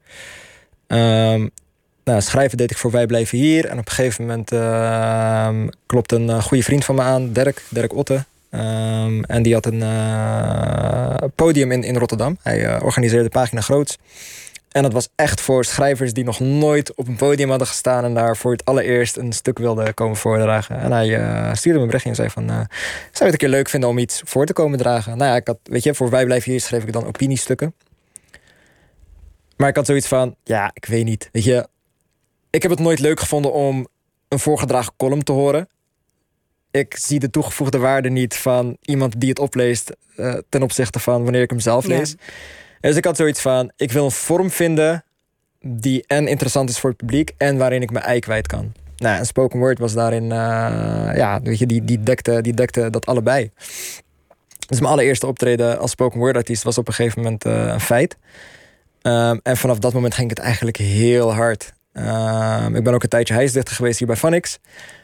Um, Nou, schrijven deed ik voor Wij Blijven Hier. En op een gegeven moment uh, klopt een uh, goede vriend van me aan, Dirk, Dirk Otte. Um, en die had een uh, podium in, in Rotterdam. Hij uh, organiseerde Pagina Groots. En dat was echt voor schrijvers die nog nooit op een podium hadden gestaan... en daar voor het allereerst een stuk wilden komen voordragen. En hij uh, stuurde me een berichtje en zei van... Uh, zou je het een keer leuk vinden om iets voor te komen dragen? Nou ja, ik had, weet je, voor Wij Blijven Hier schreef ik dan opiniestukken. Maar ik had zoiets van, ja, ik weet niet, weet je... Ik heb het nooit leuk gevonden om een voorgedragen column te horen. Ik zie de toegevoegde waarde niet van iemand die het opleest... Uh, ten opzichte van wanneer ik hem zelf lees. Ja. Dus ik had zoiets van, ik wil een vorm vinden... die en interessant is voor het publiek... en waarin ik mijn ei kwijt kan. Nou, en spoken word was daarin... Uh, ja, weet je, die, die, dekte, die dekte dat allebei. Dus mijn allereerste optreden als spoken word artiest... was op een gegeven moment uh, een feit. Um, en vanaf dat moment ging het eigenlijk heel hard... Um, ik ben ook een tijdje huisdichter geweest hier bij Phonix.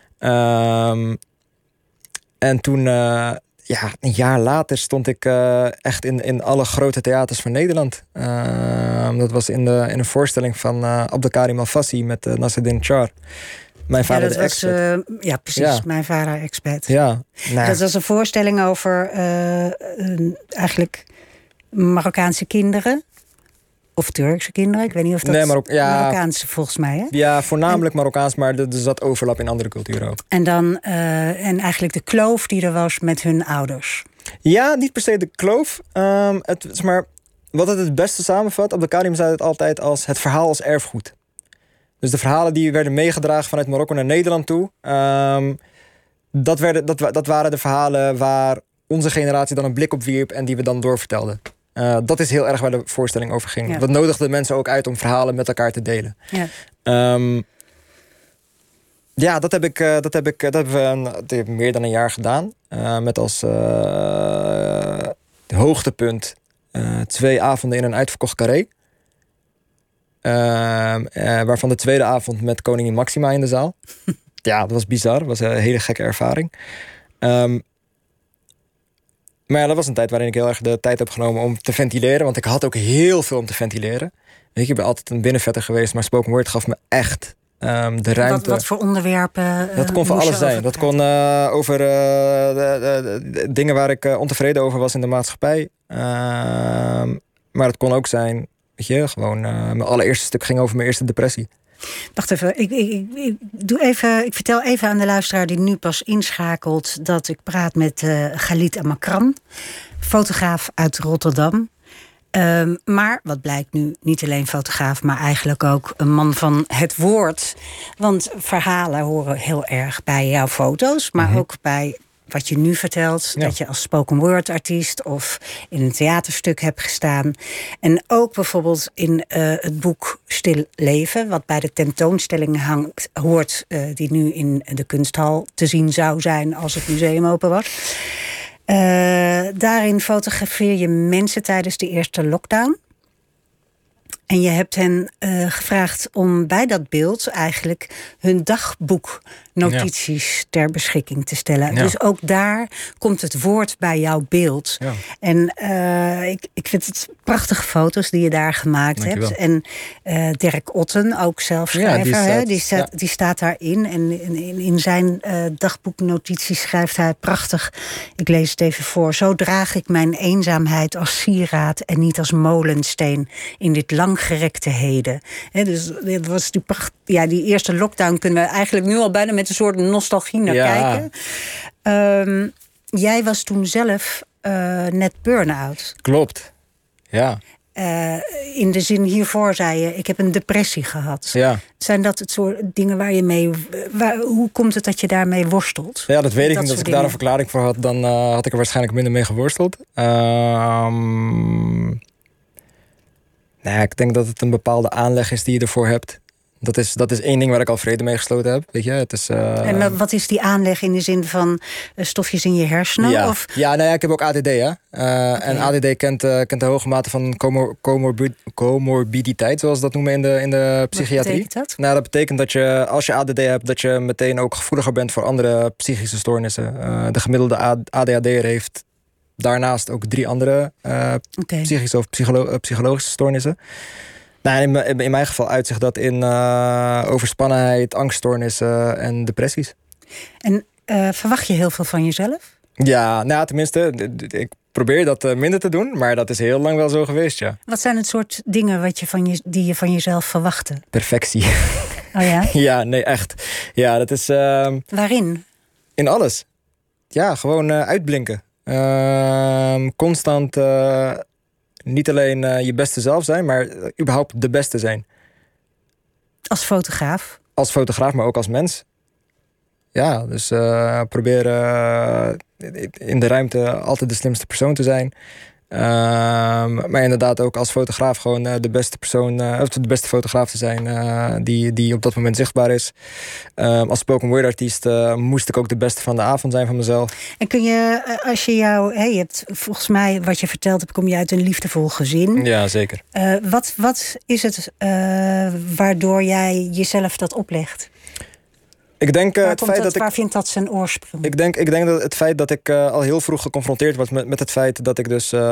Um, en toen, uh, ja, een jaar later stond ik uh, echt in, in alle grote theaters van Nederland. Um, dat was in, de, in een voorstelling van uh, Abdelkarim Alfassi met uh, Nasreddin Char. Mijn vader ja, dat de was, uh, ja, precies. Ja. Mijn vader expert. Ja, nou. Dat was een voorstelling over uh, uh, eigenlijk Marokkaanse kinderen. Of Turkse kinderen, ik weet niet of dat... Nee, Marok- ja, Marokkaanse volgens mij, hè? Ja, voornamelijk en, Marokkaans, maar er zat overlap in andere culturen ook. En dan, uh, en eigenlijk de kloof die er was met hun ouders. Ja, niet per se de kloof. Um, het is maar, wat het het beste samenvat, Abdelkarim zei het altijd als het verhaal als erfgoed. Dus de verhalen die werden meegedragen vanuit Marokko naar Nederland toe... Um, dat, werden, dat, dat waren de verhalen waar onze generatie dan een blik op wierp... en die we dan doorvertelden. Uh, dat is heel erg waar de voorstelling over ging. Ja. Dat nodigde mensen ook uit om verhalen met elkaar te delen. Ja, um, ja dat, heb ik, uh, dat, heb ik, dat hebben we een, dat heb meer dan een jaar gedaan. Uh, met als uh, hoogtepunt uh, twee avonden in een uitverkocht carré. Uh, uh, waarvan de tweede avond met koningin Maxima in de zaal. Ja, dat was bizar. Dat was een hele gekke ervaring. Um, Maar ja, dat was een tijd waarin ik heel erg de tijd heb genomen om te ventileren. Want ik had ook heel veel om te ventileren. Weet je, ik ben altijd een binnenvetter geweest, maar spoken word gaf me echt um, de ruimte. Wat, wat voor onderwerpen? Uh, dat kon van alles zijn. Dat kon uh, over uh, de, de, de dingen waar ik uh, ontevreden over was in de maatschappij. Uh, maar het kon ook zijn, weet je, gewoon uh, mijn allereerste stuk ging over mijn eerste depressie. Wacht even, ik, ik, ik, ik, doe even, ik vertel even aan de luisteraar die nu pas inschakelt... dat ik praat met uh, Galit Amakram, fotograaf uit Rotterdam. Um, maar wat blijkt nu, niet alleen fotograaf... maar eigenlijk ook een man van het woord. Want verhalen horen heel erg bij jouw foto's... maar mm-hmm. ook bij wat je nu vertelt... Ja. dat je als spoken word artiest of in een theaterstuk hebt gestaan. En ook bijvoorbeeld in uh, het boek Stil Leven... wat bij de tentoonstelling hangt, hoort... Uh, die nu in de kunsthal te zien zou zijn als het museum open was. Uh, daarin fotografeer je mensen tijdens de eerste lockdown. En je hebt hen uh, gevraagd om bij dat beeld eigenlijk hun dagboeknotities ja. ter beschikking te stellen. Ja. Dus ook daar komt het woord bij jouw beeld. Ja. En uh, ik, ik vind het prachtige foto's die je daar gemaakt Dankjewel. hebt. En uh, Dirk Otten, ook zelf schrijver, ja, die, staat, hè? Die, staat, ja. die staat daarin. En in, in, in zijn uh, dagboeknotities schrijft hij prachtig. Ik lees het even voor. Zo draag ik mijn eenzaamheid als sieraad en niet als molensteen in dit langgerekte heden. He, dus dat was die, pracht, ja, die eerste lockdown kunnen we eigenlijk nu al bijna met een soort nostalgie naar ja. kijken. Um, jij was toen zelf uh, net burn-out. Klopt, ja. Uh, in de zin hiervoor zei je, ik heb een depressie gehad. Ja. Zijn dat het soort dingen waar je mee... Waar, hoe komt het dat je daarmee worstelt? Ja, dat weet ik niet. Als ik dingen. daar een verklaring voor had, dan uh, had ik er waarschijnlijk minder mee geworsteld. Um, nou ja, ik denk dat het een bepaalde aanleg is die je ervoor hebt. Dat is, dat is één ding waar ik al vrede mee gesloten heb. Weet je? Het is, uh... En wat is die aanleg in de zin van uh, stofjes in je hersenen? Ja, of? ja, nou ja, ik heb ook A D D. Hè? Uh, okay. En A D D kent, uh, kent de hoge mate van comor- comorbid- comorbiditeit, zoals dat noemen in de, in de psychiatrie. Wat betekent dat? Nou, dat betekent dat je, als je A D D hebt, dat je meteen ook gevoeliger bent voor andere psychische stoornissen. Uh, de gemiddelde A D H D'er heeft daarnaast ook drie andere uh, okay. psychische of psycholo- uh, psychologische stoornissen. Nou, in, m- in mijn geval uitzicht dat in uh, overspannenheid, angststoornissen en depressies. En uh, verwacht je heel veel van jezelf? Ja, nou tenminste, d- d- ik probeer dat uh, minder te doen, maar dat is heel lang wel zo geweest, ja. Wat zijn het soort dingen wat je van je, die je van jezelf verwachtte? Perfectie. Oh ja? Ja, nee, echt. Ja, dat is... Uh, Waarin? In alles. Ja, gewoon uh, uitblinken. Uh, constant... Uh, Niet alleen uh, je beste zelf zijn, maar uh, überhaupt de beste zijn. Als fotograaf? Als fotograaf, maar ook als mens. Ja, dus uh, probeer uh, in de ruimte altijd de slimste persoon te zijn. Uh, maar inderdaad ook als fotograaf gewoon uh, de beste persoon, uh, of de beste fotograaf te zijn uh, die, die op dat moment zichtbaar is. Uh, als spoken word artiest uh, moest ik ook de beste van de avond zijn van mezelf. En kun je, als je jou, hey, je hebt volgens mij wat je verteld hebt, kom je uit een liefdevol gezin. Ja, zeker. Uh, wat, wat is het uh, waardoor jij jezelf dat oplegt? Ik denk, uh, het feit dat, dat waar ik, vindt dat zijn oorsprong? Ik denk, ik denk dat het feit dat ik uh, al heel vroeg geconfronteerd was met, met het feit dat ik dus... Uh,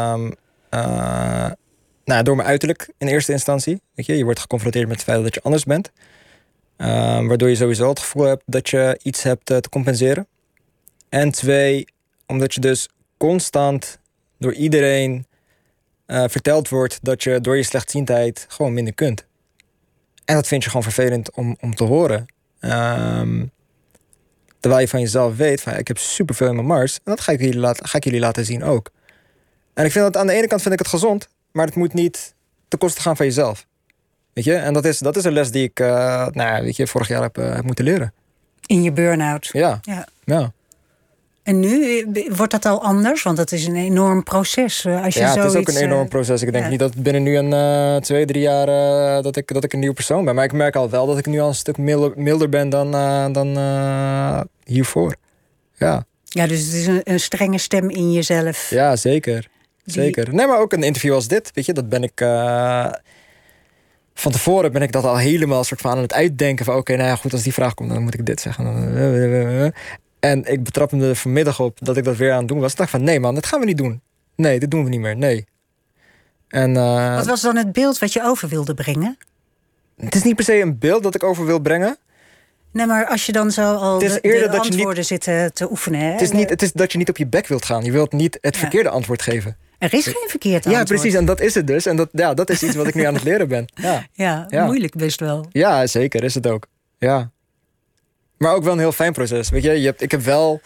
uh, nou, door mijn uiterlijk in eerste instantie. Weet je, je wordt geconfronteerd met het feit dat je anders bent. Uh, waardoor je sowieso het gevoel hebt dat je iets hebt uh, te compenseren. En twee, omdat je dus constant door iedereen uh, verteld wordt dat je door je slechtziendheid gewoon minder kunt. En dat vind je gewoon vervelend om, om te horen. Um, terwijl je van jezelf weet van, ja, ik heb superveel in mijn mars. En dat ga ik, jullie laten, ga ik jullie laten zien ook. En ik vind dat aan de ene kant vind ik het gezond, maar het moet niet ten koste gaan van jezelf. Weet je? En dat is, dat is een les die ik uh, nou, weet je, vorig jaar heb, uh, heb moeten leren. In je burn-out? Ja. ja. ja. En nu, wordt dat al anders? Want dat is een enorm proces. Als je ja, zoiets, het is ook een enorm proces. Ik denk ja. niet dat binnen nu een uh, twee, drie jaar uh, dat, ik, dat ik een nieuwe persoon ben. Maar ik merk al wel dat ik nu al een stuk milder, milder ben dan, uh, dan uh, hiervoor. Ja. Ja, dus het is een, een strenge stem in jezelf. Ja, zeker. Die... Zeker. Nee, maar ook een interview als dit, weet je, dat ben ik... Uh, van tevoren ben ik dat al helemaal soort van aan het uitdenken van... oké, okay, nou ja, goed, als die vraag komt, dan moet ik dit zeggen. En ik betrapte me er vanmiddag op dat ik dat weer aan het doen was. Ik dacht van, nee man, dat gaan we niet doen. Nee, dit doen we niet meer, nee. En, uh, wat was dan het beeld wat je over wilde brengen? Het is niet per se een beeld dat ik over wil brengen. Nee, maar als je dan zo al de, de antwoorden niet, zit te, te oefenen... Hè? Het is, niet, het is dat je niet op je bek wilt gaan. Je wilt niet het ja. verkeerde antwoord geven. Er is geen verkeerd antwoord. Ja, precies. En dat is het dus. En dat, ja, dat is iets wat ik nu aan het leren ben. Ja, ja, ja. Moeilijk best wel. Ja, zeker is het ook. Ja. Maar ook wel een heel fijn proces. Weet je, je hebt, ik heb wel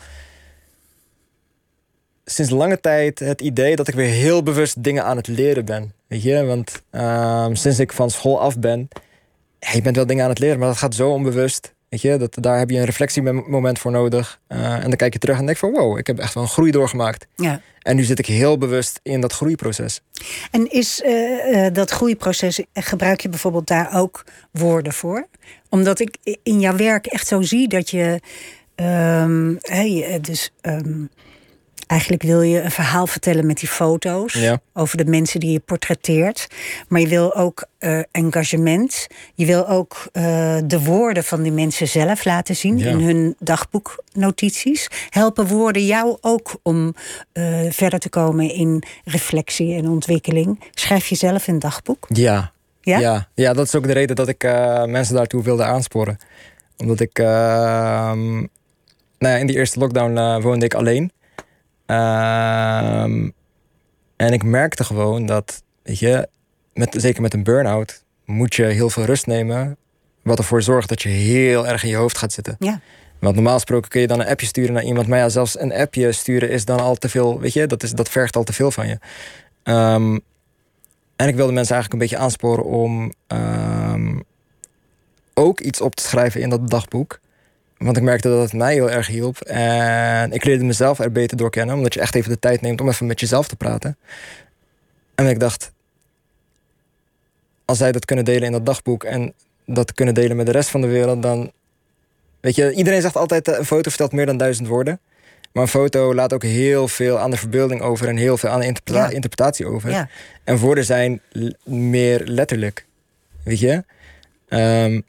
sinds lange tijd het idee dat ik weer heel bewust dingen aan het leren ben. Weet je, want uh, sinds ik van school af ben, ja, je bent wel dingen aan het leren, maar dat gaat zo onbewust. Weet je, dat, daar heb je een reflectiemoment voor nodig. Uh, en dan kijk je terug en denk van wow, ik heb echt wel een groei doorgemaakt. Ja. En nu zit ik heel bewust in dat groeiproces. En is uh, uh, dat groeiproces, gebruik je bijvoorbeeld daar ook woorden voor? Omdat ik in jouw werk echt zo zie dat je... Um, hey, dus um, Eigenlijk wil je een verhaal vertellen met die foto's. Ja. Over de mensen die je portretteert. Maar je wil ook uh, engagement. Je wil ook uh, de woorden van die mensen zelf laten zien. Ja. In hun dagboeknotities. Helpen woorden jou ook om uh, verder te komen in reflectie en ontwikkeling? Schrijf je zelf een dagboek? Ja. Ja? Ja, ja, dat is ook de reden dat ik uh, mensen daartoe wilde aansporen. Omdat ik... Uh, nou ja, in die eerste lockdown uh, woonde ik alleen. Uh, en ik merkte gewoon dat, weet je, met, zeker met een burn-out, moet je heel veel rust nemen. Wat ervoor zorgt dat je heel erg in je hoofd gaat zitten. Ja. Want normaal gesproken kun je dan een appje sturen naar iemand. Maar ja, zelfs een appje sturen is dan al te veel, weet je, dat, is, dat vergt al te veel van je. Um, en ik wilde mensen eigenlijk een beetje aansporen om um, ook iets op te schrijven in dat dagboek. Want ik merkte dat het mij heel erg hielp. En ik leerde mezelf er beter door kennen. Omdat je echt even de tijd neemt om even met jezelf te praten. En ik dacht, als zij dat kunnen delen in dat dagboek en dat kunnen delen met de rest van de wereld, dan, weet je, iedereen zegt altijd, een foto vertelt meer dan duizend woorden. Maar een foto laat ook heel veel aan de verbeelding over en heel veel aan de interpreta- ja. interpretatie over. Ja. En woorden zijn l- meer letterlijk. Weet je? Um,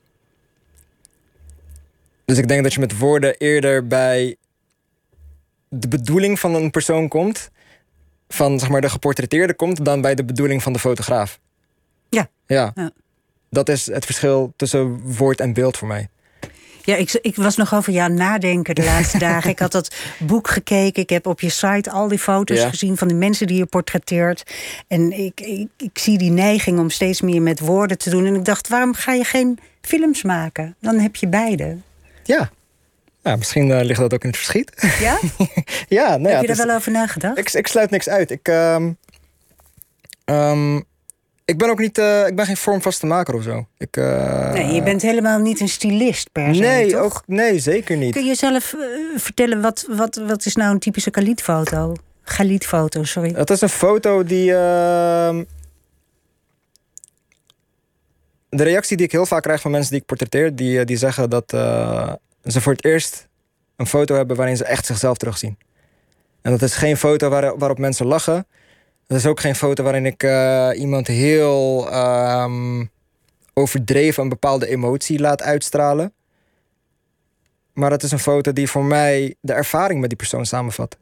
dus ik denk dat je met woorden eerder bij de bedoeling van een persoon komt, van zeg maar de geportretteerde komt, dan bij de bedoeling van de fotograaf. Ja. Ja. ja. Dat is het verschil tussen woord en beeld voor mij. Ja, ik, ik was nog over jou nadenken de laatste dagen. Ik had dat boek gekeken. Ik heb op je site al die foto's ja. gezien van de mensen die je portretteert. En ik, ik, ik zie die neiging om steeds meer met woorden te doen. En ik dacht, waarom ga je geen films maken? Dan heb je beide. Ja. Ja, misschien uh, ligt dat ook in het verschiet. Ja? ja, nou heb ja, je daar is, wel over nagedacht? Ik, ik sluit niks uit. Ik... Um, um, Ik ben ook niet, uh, ik ben geen vormvaste maker of zo. Ik, uh... Nee, je bent helemaal niet een stylist per se, nee, toch? Ook, nee, zeker niet. Kun je zelf uh, vertellen, wat, wat, wat is nou een typische Khalid-foto? Khalid-foto, sorry. Dat is een foto die... Uh... De reactie die ik heel vaak krijg van mensen die ik portretteer, die, die zeggen dat uh, ze voor het eerst een foto hebben waarin ze echt zichzelf terugzien. En dat is geen foto waar, waarop mensen lachen. Dat is ook geen foto waarin ik uh, iemand heel um, overdreven een bepaalde emotie laat uitstralen. Maar dat is een foto die voor mij de ervaring met die persoon samenvat.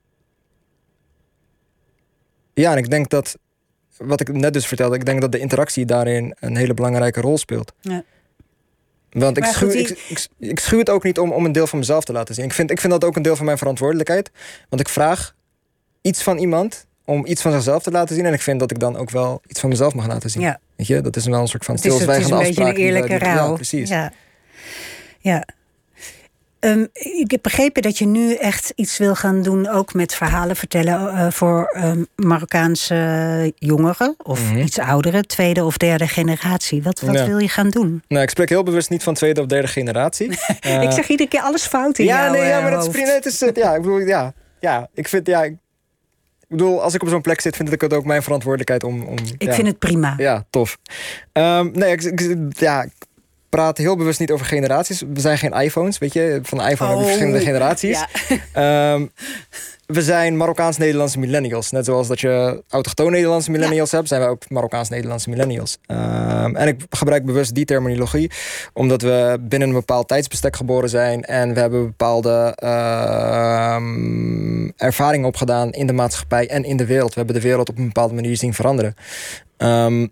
Ja, en ik denk dat, wat ik net dus vertelde, ik denk dat de interactie daarin een hele belangrijke rol speelt. Ja. Want ik schuw, ik, ik, ik schuw het ook niet om, om een deel van mezelf te laten zien. Ik vind, ik vind dat ook een deel van mijn verantwoordelijkheid. Want ik vraag iets van iemand om iets van zichzelf te laten zien. En ik vind dat ik dan ook wel iets van mezelf mag laten zien. Ja. Weet je, dat is wel een soort van stilzwijgende afspraak. Het is een beetje een eerlijke ruil. Ja, precies. Ja. ja. Um, ik heb begrepen dat je nu echt iets wil gaan doen, ook met verhalen vertellen uh, voor um, Marokkaanse jongeren of mm-hmm. iets ouderen, tweede of derde generatie. Wat, wat ja. wil je gaan doen? Nou, ik spreek heel bewust niet van tweede of derde generatie. uh, ik zeg iedere keer alles fout in ja, jouw nee, ja, maar uh, dat is prima. Het is, ja, ik bedoel, ja, ja, ik vind, ja, ik bedoel, als ik op zo'n plek zit, vind ik het ook mijn verantwoordelijkheid om. om ik ja. vind het prima. Ja, tof. Um, nee, ik, ik, ja. praat heel bewust niet over generaties. We zijn geen iPhones, weet je. Van de iPhone oh, heb je verschillende generaties. Ja. Um, we zijn Marokkaans-Nederlandse millennials. Net zoals dat je autochtoon-Nederlandse millennials ja. hebt, zijn wij ook Marokkaans-Nederlandse millennials. Um, en ik gebruik bewust die terminologie, omdat we binnen een bepaald tijdsbestek geboren zijn en we hebben bepaalde uh, ervaringen opgedaan in de maatschappij en in de wereld. We hebben de wereld op een bepaalde manier zien veranderen. Um,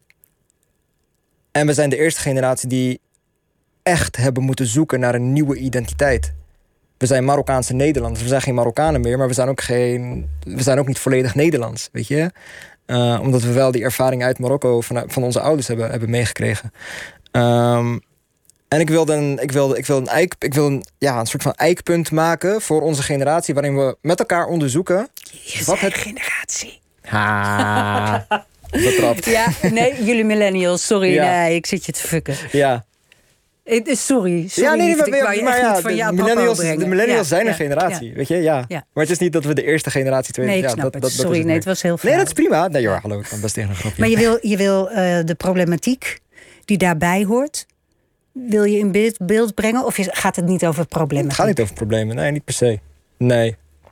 en we zijn de eerste generatie die echt hebben moeten zoeken naar een nieuwe identiteit. We zijn Marokkaanse Nederlanders. We zijn geen Marokkanen meer, maar we zijn ook, geen, we zijn ook niet volledig Nederlands, weet je. Uh, omdat we wel die ervaring uit Marokko van, van onze ouders hebben, hebben meegekregen. Um, en ik wilde een, ik wilde, ik wilde een, eik, ik wilde een, ja, een soort van eikpunt maken voor onze generatie, waarin we met elkaar onderzoeken. Je wat het generatie. Ha, betrapt. Ja, nee, jullie millennials, sorry, ja. nee, ik zit je te fucken. Ja. Sorry, sorry. Ja, nee, nee, maar, ik wou je maar echt ja, niet van jou de millennials, de millennials ja, zijn een ja, generatie, ja. weet je, ja. ja. Maar het is niet dat we de eerste generatie, tweede... Nee, ik ja, snap dat, het. dat, Sorry, dat het nee, het was heel flauw. Nee, dat is prima. Nee joh, hallo, ik kan best tegen een grapje. Maar je wil, je wil uh, de problematiek die daarbij hoort, wil je in beeld, beeld brengen? Of gaat het niet over problemen? Het gaat niet over problemen, nee, niet per se. Nee.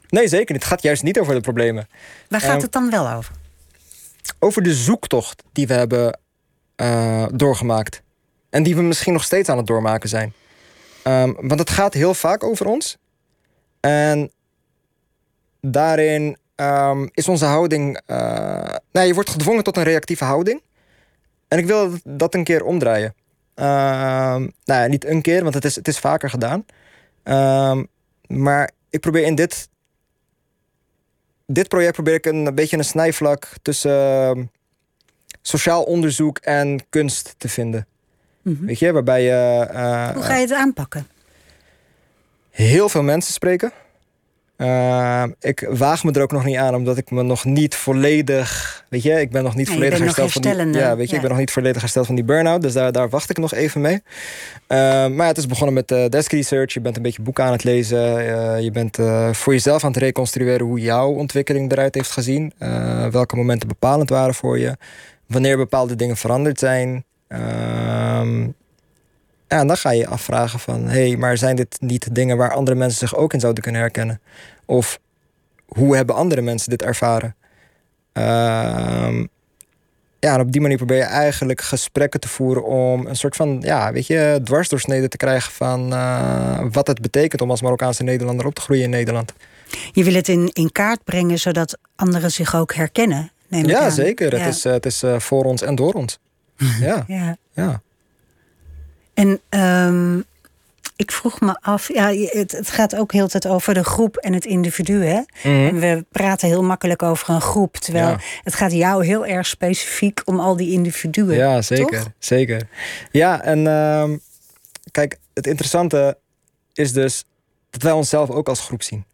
Nee, zeker niet. Het gaat juist niet over de problemen. Waar gaat Um, het dan wel over? Over de zoektocht die we hebben uh, doorgemaakt. En die we misschien nog steeds aan het doormaken zijn. Um, want het gaat heel vaak over ons. En daarin um, is onze houding... Uh, nou, je wordt gedwongen tot een reactieve houding. En ik wil dat een keer omdraaien. Um, nou ja, niet een keer, want het is, het is vaker gedaan. Um, maar ik probeer in dit... Dit project probeer ik een, een beetje een snijvlak tussen uh, sociaal onderzoek en kunst te vinden. Mm-hmm. Weet je, waarbij je... Uh, Hoe ga je het aanpakken? Heel veel mensen spreken. Uh, ik waag me er ook nog niet aan, omdat ik me nog niet volledig... Weet je, ik ben nog niet ja, volledig hersteld van die... Ja, weet je, ja. ik ben nog niet volledig hersteld van die burn-out. Dus daar, daar wacht ik nog even mee. Uh, maar ja, het is begonnen met uh, desk research. Je bent een beetje boeken aan het lezen. Uh, je bent uh, voor jezelf aan het reconstrueren hoe jouw ontwikkeling eruit heeft gezien. Uh, welke momenten bepalend waren voor je. Wanneer bepaalde dingen veranderd zijn. Uh, Ja, en dan ga je je afvragen van... hé, hey, maar zijn dit niet dingen waar andere mensen zich ook in zouden kunnen herkennen? Of hoe hebben andere mensen dit ervaren? Uh, ja, en op die manier probeer je eigenlijk gesprekken te voeren... om een soort van, ja, weet je, dwarsdoorsnede te krijgen... van uh, wat het betekent om als Marokkaanse Nederlander op te groeien in Nederland. Je wil het in, in kaart brengen, zodat anderen zich ook herkennen, neem ik ja, aan. Zeker. Ja, het is, uh, het is uh, voor ons en door ons. ja. ja. ja. En um, ik vroeg me af, ja, het, het gaat ook heel de tijd over de groep en het individu, hè? Mm-hmm. En we praten heel makkelijk over een groep, terwijl ja. het gaat jou heel erg specifiek om al die individuen. Ja, zeker, toch? zeker. Ja, en um, kijk, het interessante is dus dat wij onszelf ook als groep zien.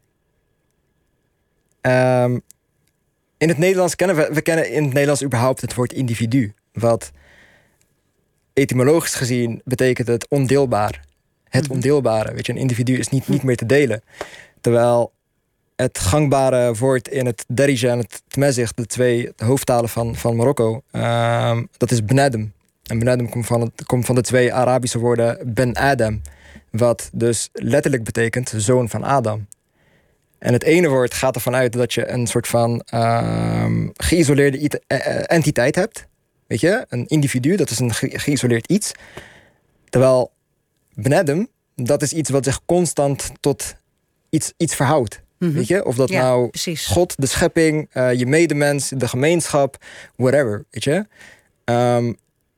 Um, in het Nederlands kennen we, we kennen in het Nederlands überhaupt het woord individu, wat etymologisch gezien betekent het ondeelbaar. Het mm-hmm. ondeelbare. Weet je, een individu is niet, niet meer te delen. Terwijl het gangbare woord in het Darija en het Tmezigh, de twee hoofdtalen van, van Marokko, uh, dat is benadem. En benadem komt van, het, komt van de twee Arabische woorden ben Adam, wat dus letterlijk betekent zoon van Adam. En het ene woord gaat ervan uit dat je een soort van uh, geïsoleerde it- uh, entiteit hebt. Weet je, een individu, dat is een ge- geïsoleerd iets. Terwijl benadem, dat is iets wat zich constant tot iets, iets verhoudt. Mm-hmm. Weet je, of dat ja, nou precies. God, de schepping, uh, je medemens, de gemeenschap, whatever, weet je. Um,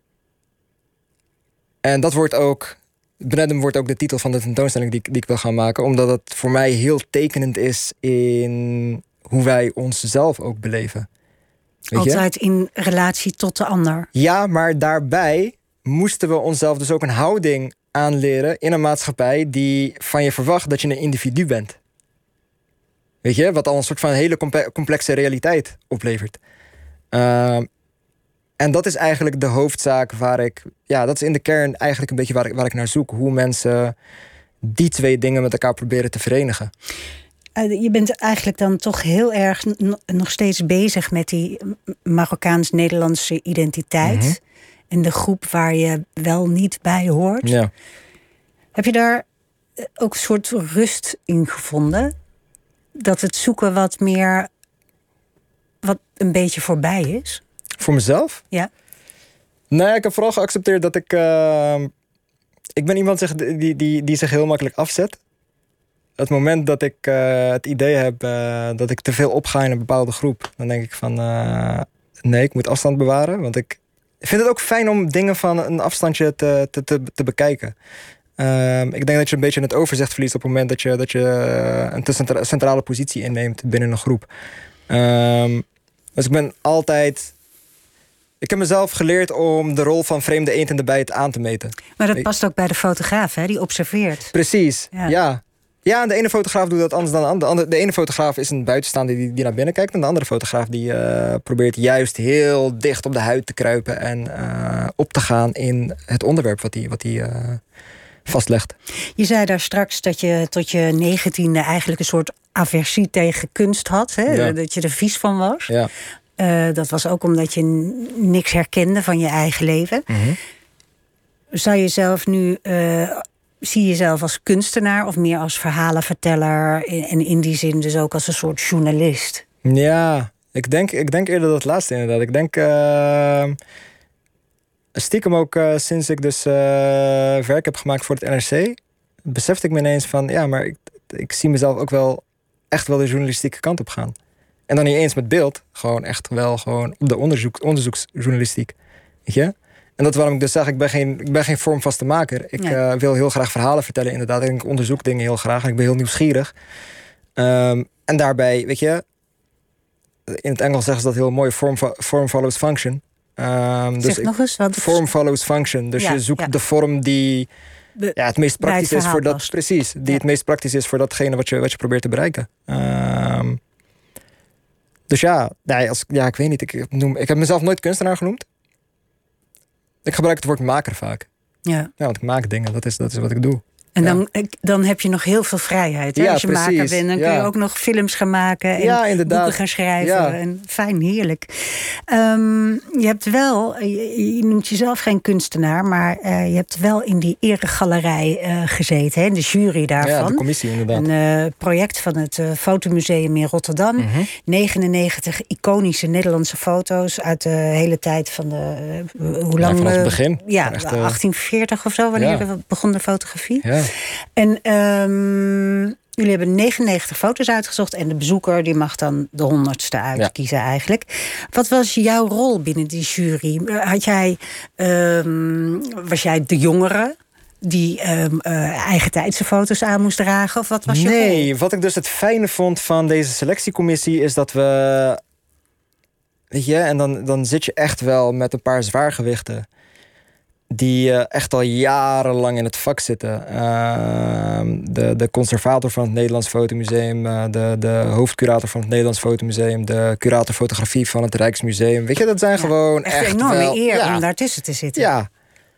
en dat wordt ook, benadem wordt ook de titel van de tentoonstelling die, die ik wil gaan maken, omdat het voor mij heel tekenend is in hoe wij onszelf ook beleven. Weet Altijd je? in relatie tot de ander. Ja, maar daarbij moesten we onszelf dus ook een houding aanleren in een maatschappij die van je verwacht dat je een individu bent. Weet je, wat al een soort van hele comple- complexe realiteit oplevert. Uh, en dat is eigenlijk de hoofdzaak waar ik... Ja, dat is in de kern eigenlijk een beetje waar ik, waar ik naar zoek. Hoe mensen die twee dingen met elkaar proberen te verenigen. Uh, je bent eigenlijk dan toch heel erg n- nog steeds bezig met die Marokkaans-Nederlandse identiteit. Mm-hmm. En de groep waar je wel niet bij hoort. Ja. Heb je daar ook een soort rust in gevonden? Dat het zoeken wat meer, wat een beetje voorbij is? Voor mezelf? Ja. Nee, ik heb vooral geaccepteerd dat ik... Uh, ik ben iemand zich, die, die, die zich heel makkelijk afzet. Het moment dat ik uh, het idee heb uh, dat ik te veel opga in een bepaalde groep, dan denk ik van uh, nee, ik moet afstand bewaren. Want ik vind het ook fijn om dingen van een afstandje te, te, te, te bekijken. Uh, ik denk dat je een beetje het overzicht verliest op het moment dat je, dat je een te centra- centrale positie inneemt binnen een groep. Uh, dus ik ben altijd... Ik heb mezelf geleerd om de rol van vreemde eend in de bijt aan te meten. Maar dat past ook bij de fotograaf, hè? Die observeert. Precies, ja. ja. Ja, en de ene fotograaf doet dat anders dan de andere. De, andere, de ene fotograaf is een buitenstaander die, die naar binnen kijkt. En de andere fotograaf die uh, probeert juist heel dicht op de huid te kruipen. En uh, op te gaan in het onderwerp wat hij wat die, uh, vastlegt. Je zei daar straks dat je tot je negentiende eigenlijk een soort aversie tegen kunst had. Hè? Ja. Dat je er vies van was. Ja. Uh, dat was ook omdat je n- niks herkende van je eigen leven. Mm-hmm. Zou je zelf nu... Uh, zie je jezelf als kunstenaar of meer als verhalenverteller en in die zin dus ook als een soort journalist? Ja, ik denk, ik denk eerder dat laatste inderdaad. Ik denk uh, stiekem ook uh, sinds ik dus uh, werk heb gemaakt voor het N R C, besefte ik me ineens van ja, maar ik, ik zie mezelf ook wel echt wel de journalistieke kant op gaan. En dan niet eens met beeld, gewoon echt wel gewoon op de onderzoek, onderzoeksjournalistiek. Weet je? En dat is waarom ik dus zeg, ik ben geen, ik ben geen vormvaste maker. Ik nee. uh, wil heel graag verhalen vertellen, inderdaad. En ik onderzoek dingen heel graag en ik ben heel nieuwsgierig. Um, en daarbij, weet je, in het Engels zeggen ze dat heel mooi, form, form follows function. Um, zeg dus nog eens. Wat form is... follows function. Dus ja, je zoekt ja. de vorm die de, ja, het meest praktisch het is voor dat. Past. Precies, die ja. het meest praktisch is voor datgene wat je, wat je probeert te bereiken. Um, dus ja, nee, als, ja, ik weet niet. Ik, noem, ik heb mezelf nooit kunstenaar genoemd. Ik gebruik het woord maker vaak. Ja. Ja, want ik maak dingen. Dat is, dat is wat ik doe. En dan, ja. dan heb je nog heel veel vrijheid. Hè? Ja, als je precies. maker bent, dan kun je ja. ook nog films gaan maken en ja, boeken gaan schrijven. Ja. En fijn, heerlijk. Um, je hebt wel, je, je noemt jezelf geen kunstenaar, maar uh, je hebt wel in die eregalerij uh, gezeten, hè? In de jury daarvan. Ja, de commissie inderdaad. Een uh, project van het uh, Fotomuseum in Rotterdam. Mm-hmm. negenennegentig iconische Nederlandse foto's uit de hele tijd van de uh, hoe lang? Ja, vanaf het begin. Ja, echt, uh, achttien veertig of zo, wanneer ja. begon de fotografie. Ja. En um, jullie hebben negenennegentig foto's uitgezocht en de bezoeker die mag dan de honderdste uitkiezen ja. eigenlijk. Wat was jouw rol binnen die jury? Had jij, um, was jij de jongere die um, uh, eigentijdse foto's aan moest dragen? Of wat was je Nee, rol? Wat ik dus het fijne vond van deze selectiecommissie is dat we, weet je, en dan, dan zit je echt wel met een paar zwaargewichten die uh, echt al jarenlang in het vak zitten. Uh, de, de conservator van het Nederlands Fotomuseum, uh, de, de hoofdcurator van het Nederlands Fotomuseum, de curator fotografie van het Rijksmuseum. Weet je, dat zijn ja, gewoon echt, echt een enorme wel, eer ja, om daartussen te zitten. Ja.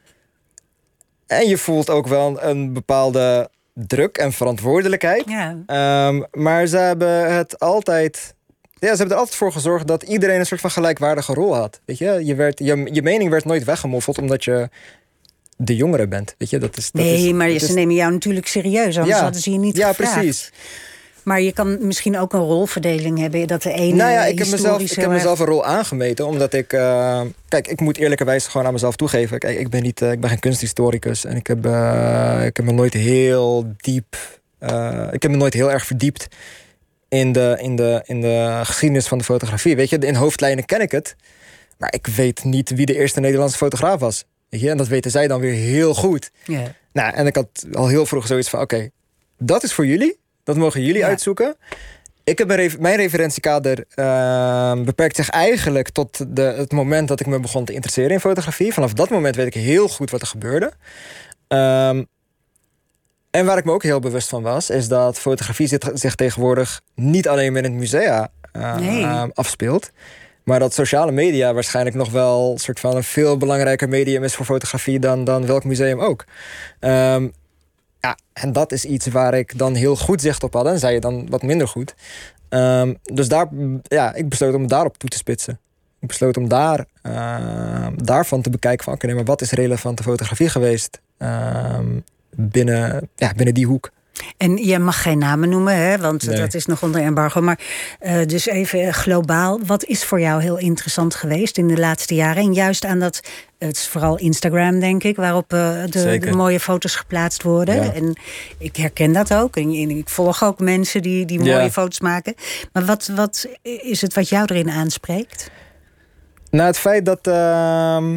En je voelt ook wel een bepaalde druk en verantwoordelijkheid. Ja. Um, maar ze hebben het altijd... Ja, ze hebben er altijd voor gezorgd dat iedereen een soort van gelijkwaardige rol had. Weet je? Je, werd, je, je mening werd nooit weggemoffeld omdat je de jongere bent. Weet je? Dat is, dat nee, is, maar dat ze is... nemen jou natuurlijk serieus. Anders ja, hadden ze je niet ja, gevraagd. Precies. Maar je kan misschien ook een rolverdeling hebben. Dat de ene nou ja, ik heb, mezelf, ik heb mezelf een rol aangemeten. Omdat ik... Uh, kijk, ik moet eerlijkerwijs gewoon aan mezelf toegeven. Kijk, ik ben, niet, uh, ik ben geen kunsthistoricus. En ik heb, uh, ik heb me nooit heel diep... Uh, ik heb me nooit heel erg verdiept in de, in, de, in de geschiedenis van de fotografie. Weet je, in hoofdlijnen ken ik het. Maar ik weet niet wie de eerste Nederlandse fotograaf was. Weet je? En dat weten zij dan weer heel goed. Yeah. Nou, en ik had al heel vroeg zoiets van... Oké, okay, dat is voor jullie. Dat mogen jullie ja. uitzoeken. Ik heb mijn, re- mijn referentiekader uh, beperkt zich eigenlijk tot de, het moment dat ik me begon te interesseren in fotografie. Vanaf dat moment weet ik heel goed wat er gebeurde. Um, en waar ik me ook heel bewust van was, is dat fotografie zich, zich tegenwoordig niet alleen maar in het musea uh, nee. uh, afspeelt. Maar dat sociale media waarschijnlijk nog wel een soort van een veel belangrijker medium is voor fotografie dan, dan welk museum ook. Um, Ja, en dat is iets waar ik dan heel goed zicht op had. En zij je dan wat minder goed. Um, dus daar, ja, ik besloot om daarop toe te spitsen. Ik besloot om daar, uh, daarvan te bekijken van... oké, okay, maar wat is relevante fotografie geweest uh, binnen, ja, binnen die hoek. En je mag geen namen noemen, hè, want nee. dat is nog onder embargo. Maar uh, dus even globaal, wat is voor jou heel interessant geweest in de laatste jaren? En juist aan dat, het is vooral Instagram, denk ik, waarop uh, de, de mooie foto's geplaatst worden. Ja. En ik herken dat ook. En ik volg ook mensen die, die mooie ja. foto's maken. Maar wat, wat is het wat jou erin aanspreekt? Nou, het feit dat... Uh...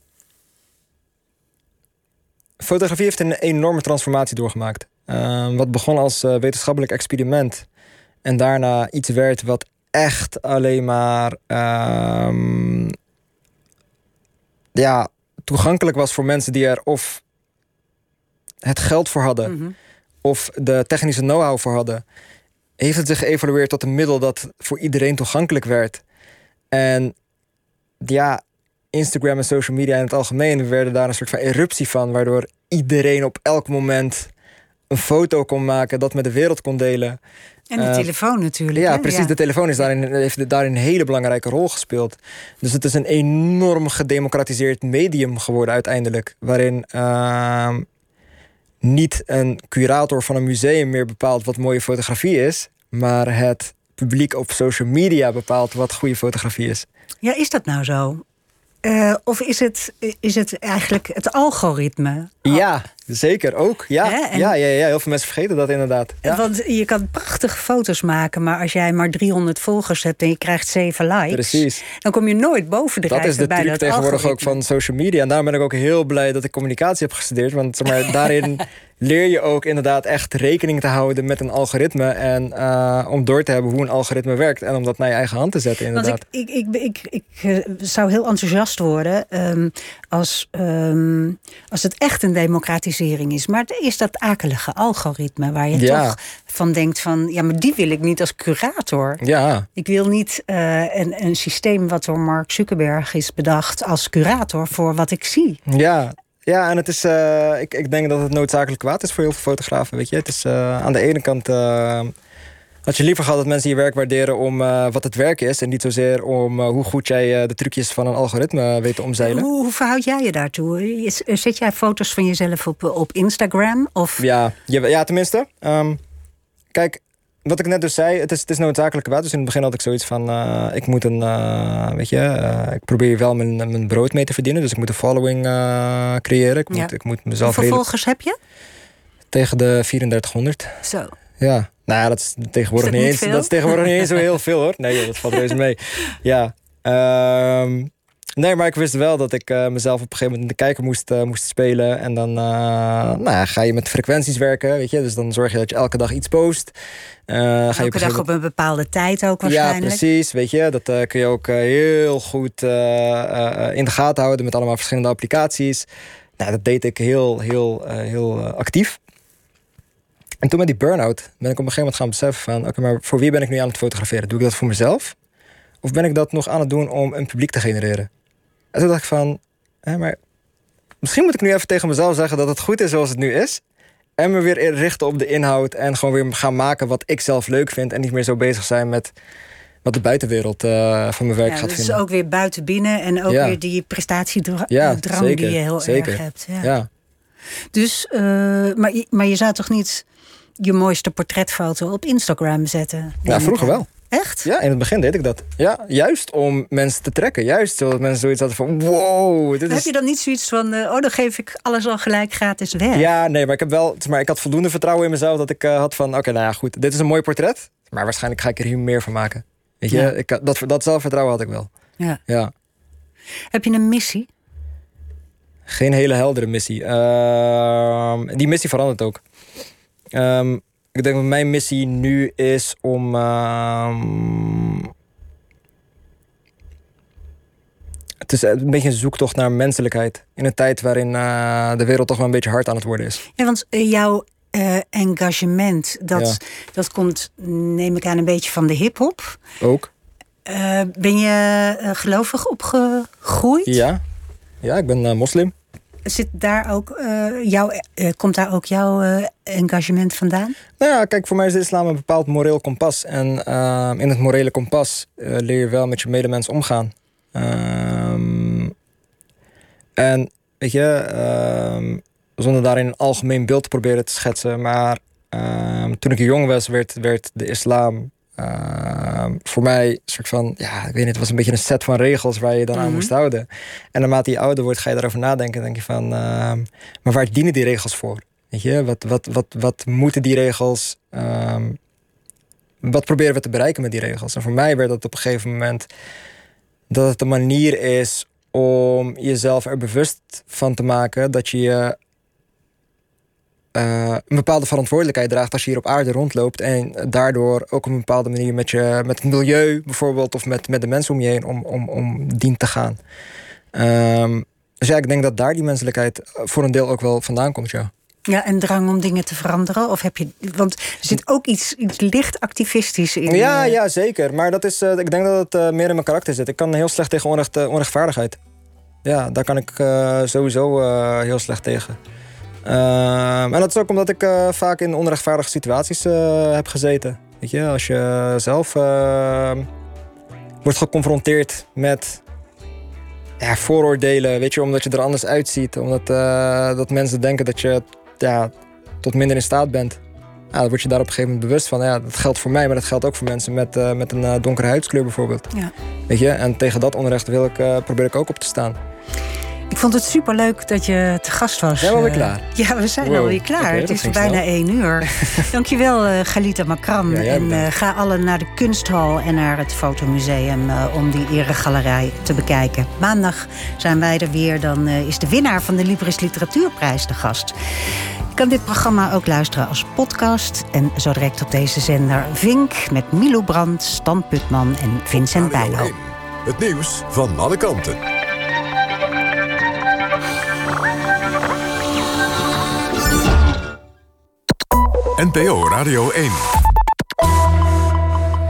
Fotografie heeft een enorme transformatie doorgemaakt. Uh, wat begon als uh, wetenschappelijk experiment en daarna iets werd wat echt alleen maar uh, ja, toegankelijk was voor mensen die er of het geld voor hadden, mm-hmm. of de technische know-how voor hadden, heeft het zich geëvolueerd tot een middel dat voor iedereen toegankelijk werd. En ja, Instagram en social media in het algemeen werden daar een soort van eruptie van, waardoor iedereen op elk moment een foto kon maken, dat met de wereld kon delen. En de uh, telefoon natuurlijk. Ja, hè? precies. Ja. De telefoon is daarin, heeft daarin een hele belangrijke rol gespeeld. Dus het is een enorm gedemocratiseerd medium geworden uiteindelijk. Waarin uh, niet een curator van een museum meer bepaalt wat mooie fotografie is, maar het publiek op social media bepaalt wat goede fotografie is. Ja, is dat nou zo? Uh, of is het, is het eigenlijk het algoritme? Ja, zeker ook. Ja, Hè? En, ja, ja, ja, heel veel mensen vergeten dat inderdaad. Ja. Want je kan prachtige foto's maken, maar als jij maar driehonderd volgers hebt en je krijgt zeven likes, Precies. dan kom je nooit bovendrijven. Dat is de truc tegenwoordig ook van social media. En daarom ben ik ook heel blij dat ik communicatie heb gestudeerd. Want zeg maar, daarin leer je ook inderdaad echt rekening te houden met een algoritme. En uh, om door te hebben hoe een algoritme werkt. En om dat naar je eigen hand te zetten, inderdaad. Want ik, ik, ik, ik, ik, ik zou heel enthousiast worden um, als, um, als het echt een democratisering is. Maar het is dat akelige algoritme waar je ja. toch van denkt van, ja, maar die wil ik niet als curator. Ja. Ik wil niet uh, een, een systeem wat door Mark Zuckerberg is bedacht als curator voor wat ik zie. Ja. Ja, en het is, uh, ik, ik denk dat het noodzakelijk kwaad is voor heel veel fotografen. Weet je? Het is uh, aan de ene kant uh, had je liever gehad dat mensen je werk waarderen om uh, wat het werk is en niet zozeer om uh, hoe goed jij uh, de trucjes van een algoritme weet te omzeilen. Hoe, hoe verhoud jij je daartoe? Zet jij foto's van jezelf op, op Instagram? Of? Ja, ja, ja, tenminste. Um, kijk, wat ik net dus zei, het is, het is noodzakelijk kwaad. Dus in het begin had ik zoiets van, uh, ik moet een, uh, weet je, uh, ik probeer wel mijn, mijn brood mee te verdienen. Dus ik moet een following uh, creëren. Ik moet, ja. ik moet mezelf Hoeveel volgers heb je? Tegen de vierendertighonderd. Zo. Ja, nou ja, dat is tegenwoordig is dat niet, niet eens. Dat is tegenwoordig niet eens zo heel veel, hoor. Nee, dat valt reuze mee. Ja. Um, nee, maar ik wist wel dat ik uh, mezelf op een gegeven moment in de kijker moest, uh, moest spelen. En dan uh, nou ja, ga je met frequenties werken, weet je. Dus dan zorg je dat je elke dag iets post. Uh, elke ga je op dag op een bepaalde tijd ook waarschijnlijk. Ja, precies. Weet je, dat uh, kun je ook uh, heel goed uh, uh, in de gaten houden met allemaal verschillende applicaties. Nou, dat deed ik heel, heel, uh, heel uh, actief. En toen met die burn-out ben ik op een gegeven moment gaan beseffen van, oké, okay, maar voor wie ben ik nu aan het fotograferen? Doe ik dat voor mezelf? Of ben ik dat nog aan het doen om een publiek te genereren? En toen dacht ik van, hè, maar misschien moet ik nu even tegen mezelf zeggen dat het goed is zoals het nu is. En me weer richten op de inhoud en gewoon weer gaan maken wat ik zelf leuk vind. En niet meer zo bezig zijn met wat de buitenwereld uh, van mijn werk ja, gaat dus vinden. ook weer buiten binnen en ook ja. weer die prestatiedrang ja, die je heel zeker. erg hebt. Ja. Ja. Dus, uh, maar, maar je zou toch niet je mooiste portretfoto op Instagram zetten? Ja, vroeger wel. Echt? Ja, in het begin deed ik dat. Ja, juist om mensen te trekken. Juist zodat mensen zoiets hadden van, wow. Dit is... Heb je dan niet zoiets van, uh, oh, dan geef ik alles al gelijk gratis weg? Ja, nee, maar ik heb wel, maar ik had voldoende vertrouwen in mezelf dat ik uh, had van, oké, okay, nou ja, goed, dit is een mooi portret, maar waarschijnlijk ga ik er hier meer van maken. Weet je, ja. ik, dat, dat zelfvertrouwen had ik wel. Ja. Ja. Heb je een missie? Geen hele heldere missie. Uh, die missie verandert ook. Um, Ik denk dat mijn missie nu is om uh, het is een beetje een zoektocht naar menselijkheid in een tijd waarin uh, de wereld toch wel een beetje hard aan het worden is. Ja, want uh, jouw uh, engagement, dat, ja. dat komt, neem ik aan, een beetje van de hip-hop. Ook. Uh, ben je uh, gelovig opgegroeid? Ja, ja, ik ben uh, moslim. Zit daar ook uh, jouw, uh, komt daar ook jouw uh, engagement vandaan? Nou ja, kijk, voor mij is de islam een bepaald moreel kompas. En uh, in het morele kompas uh, leer je wel met je medemens omgaan. Um, en weet je, um, zonder daarin een algemeen beeld te proberen te schetsen. Maar um, toen ik jong was, werd, werd de islam Uh, voor mij een soort van, ja, ik weet niet, het was een beetje een set van regels waar je dan mm-hmm. aan moest houden. En naarmate je ouder wordt, ga je daarover nadenken. Denk je van, uh, maar waar dienen die regels voor? Weet je, wat, wat, wat, wat moeten die regels? Um, wat proberen we te bereiken met die regels? En voor mij werd dat op een gegeven moment dat het een manier is om jezelf er bewust van te maken dat je je Uh, een bepaalde verantwoordelijkheid draagt als je hier op aarde rondloopt. En daardoor ook op een bepaalde manier met, je, met het milieu bijvoorbeeld, of met, met de mensen om je heen om, om, om dient te gaan. Um, dus ja, ik denk dat daar die menselijkheid voor een deel ook wel vandaan komt, ja. Ja, en drang om dingen te veranderen? Of heb je, want er zit ook iets, iets licht activistisch in. Ja, ja, zeker. Maar dat is, uh, ik denk dat het uh, meer in mijn karakter zit. Ik kan heel slecht tegen onrecht, uh, onrechtvaardigheid. Ja, daar kan ik uh, sowieso uh, heel slecht tegen. Uh, en dat is ook omdat ik uh, vaak in onrechtvaardige situaties uh, heb gezeten. Weet je, als je zelf uh, wordt geconfronteerd met ja, vooroordelen, weet je, omdat je er anders uitziet, omdat uh, dat mensen denken dat je ja, tot minder in staat bent. Ja, dan word je daar op een gegeven moment bewust van. Ja, dat geldt voor mij, maar dat geldt ook voor mensen met, uh, met een uh, donkere huidskleur bijvoorbeeld. Ja. Weet je? En tegen dat onrecht wil ik, uh, probeer ik ook op te staan. Ik vond het superleuk dat je te gast was. Zijn we alweer klaar? Ja, we zijn wow. alweer klaar. Okay, het is bijna één uur. Dankjewel, uh, Galita Makram. Ja, en uh, ga allen naar de Kunsthal en naar het Fotomuseum uh, om die eregalerij te bekijken. Maandag zijn wij er weer. Dan uh, is de winnaar van de Libris Literatuurprijs de gast. Je kan dit programma ook luisteren als podcast. En zo direct op deze zender Vink met Milo Brandt, Stan Putman en Vincent Bijlo. Het nieuws van alle kanten. N P O Radio één.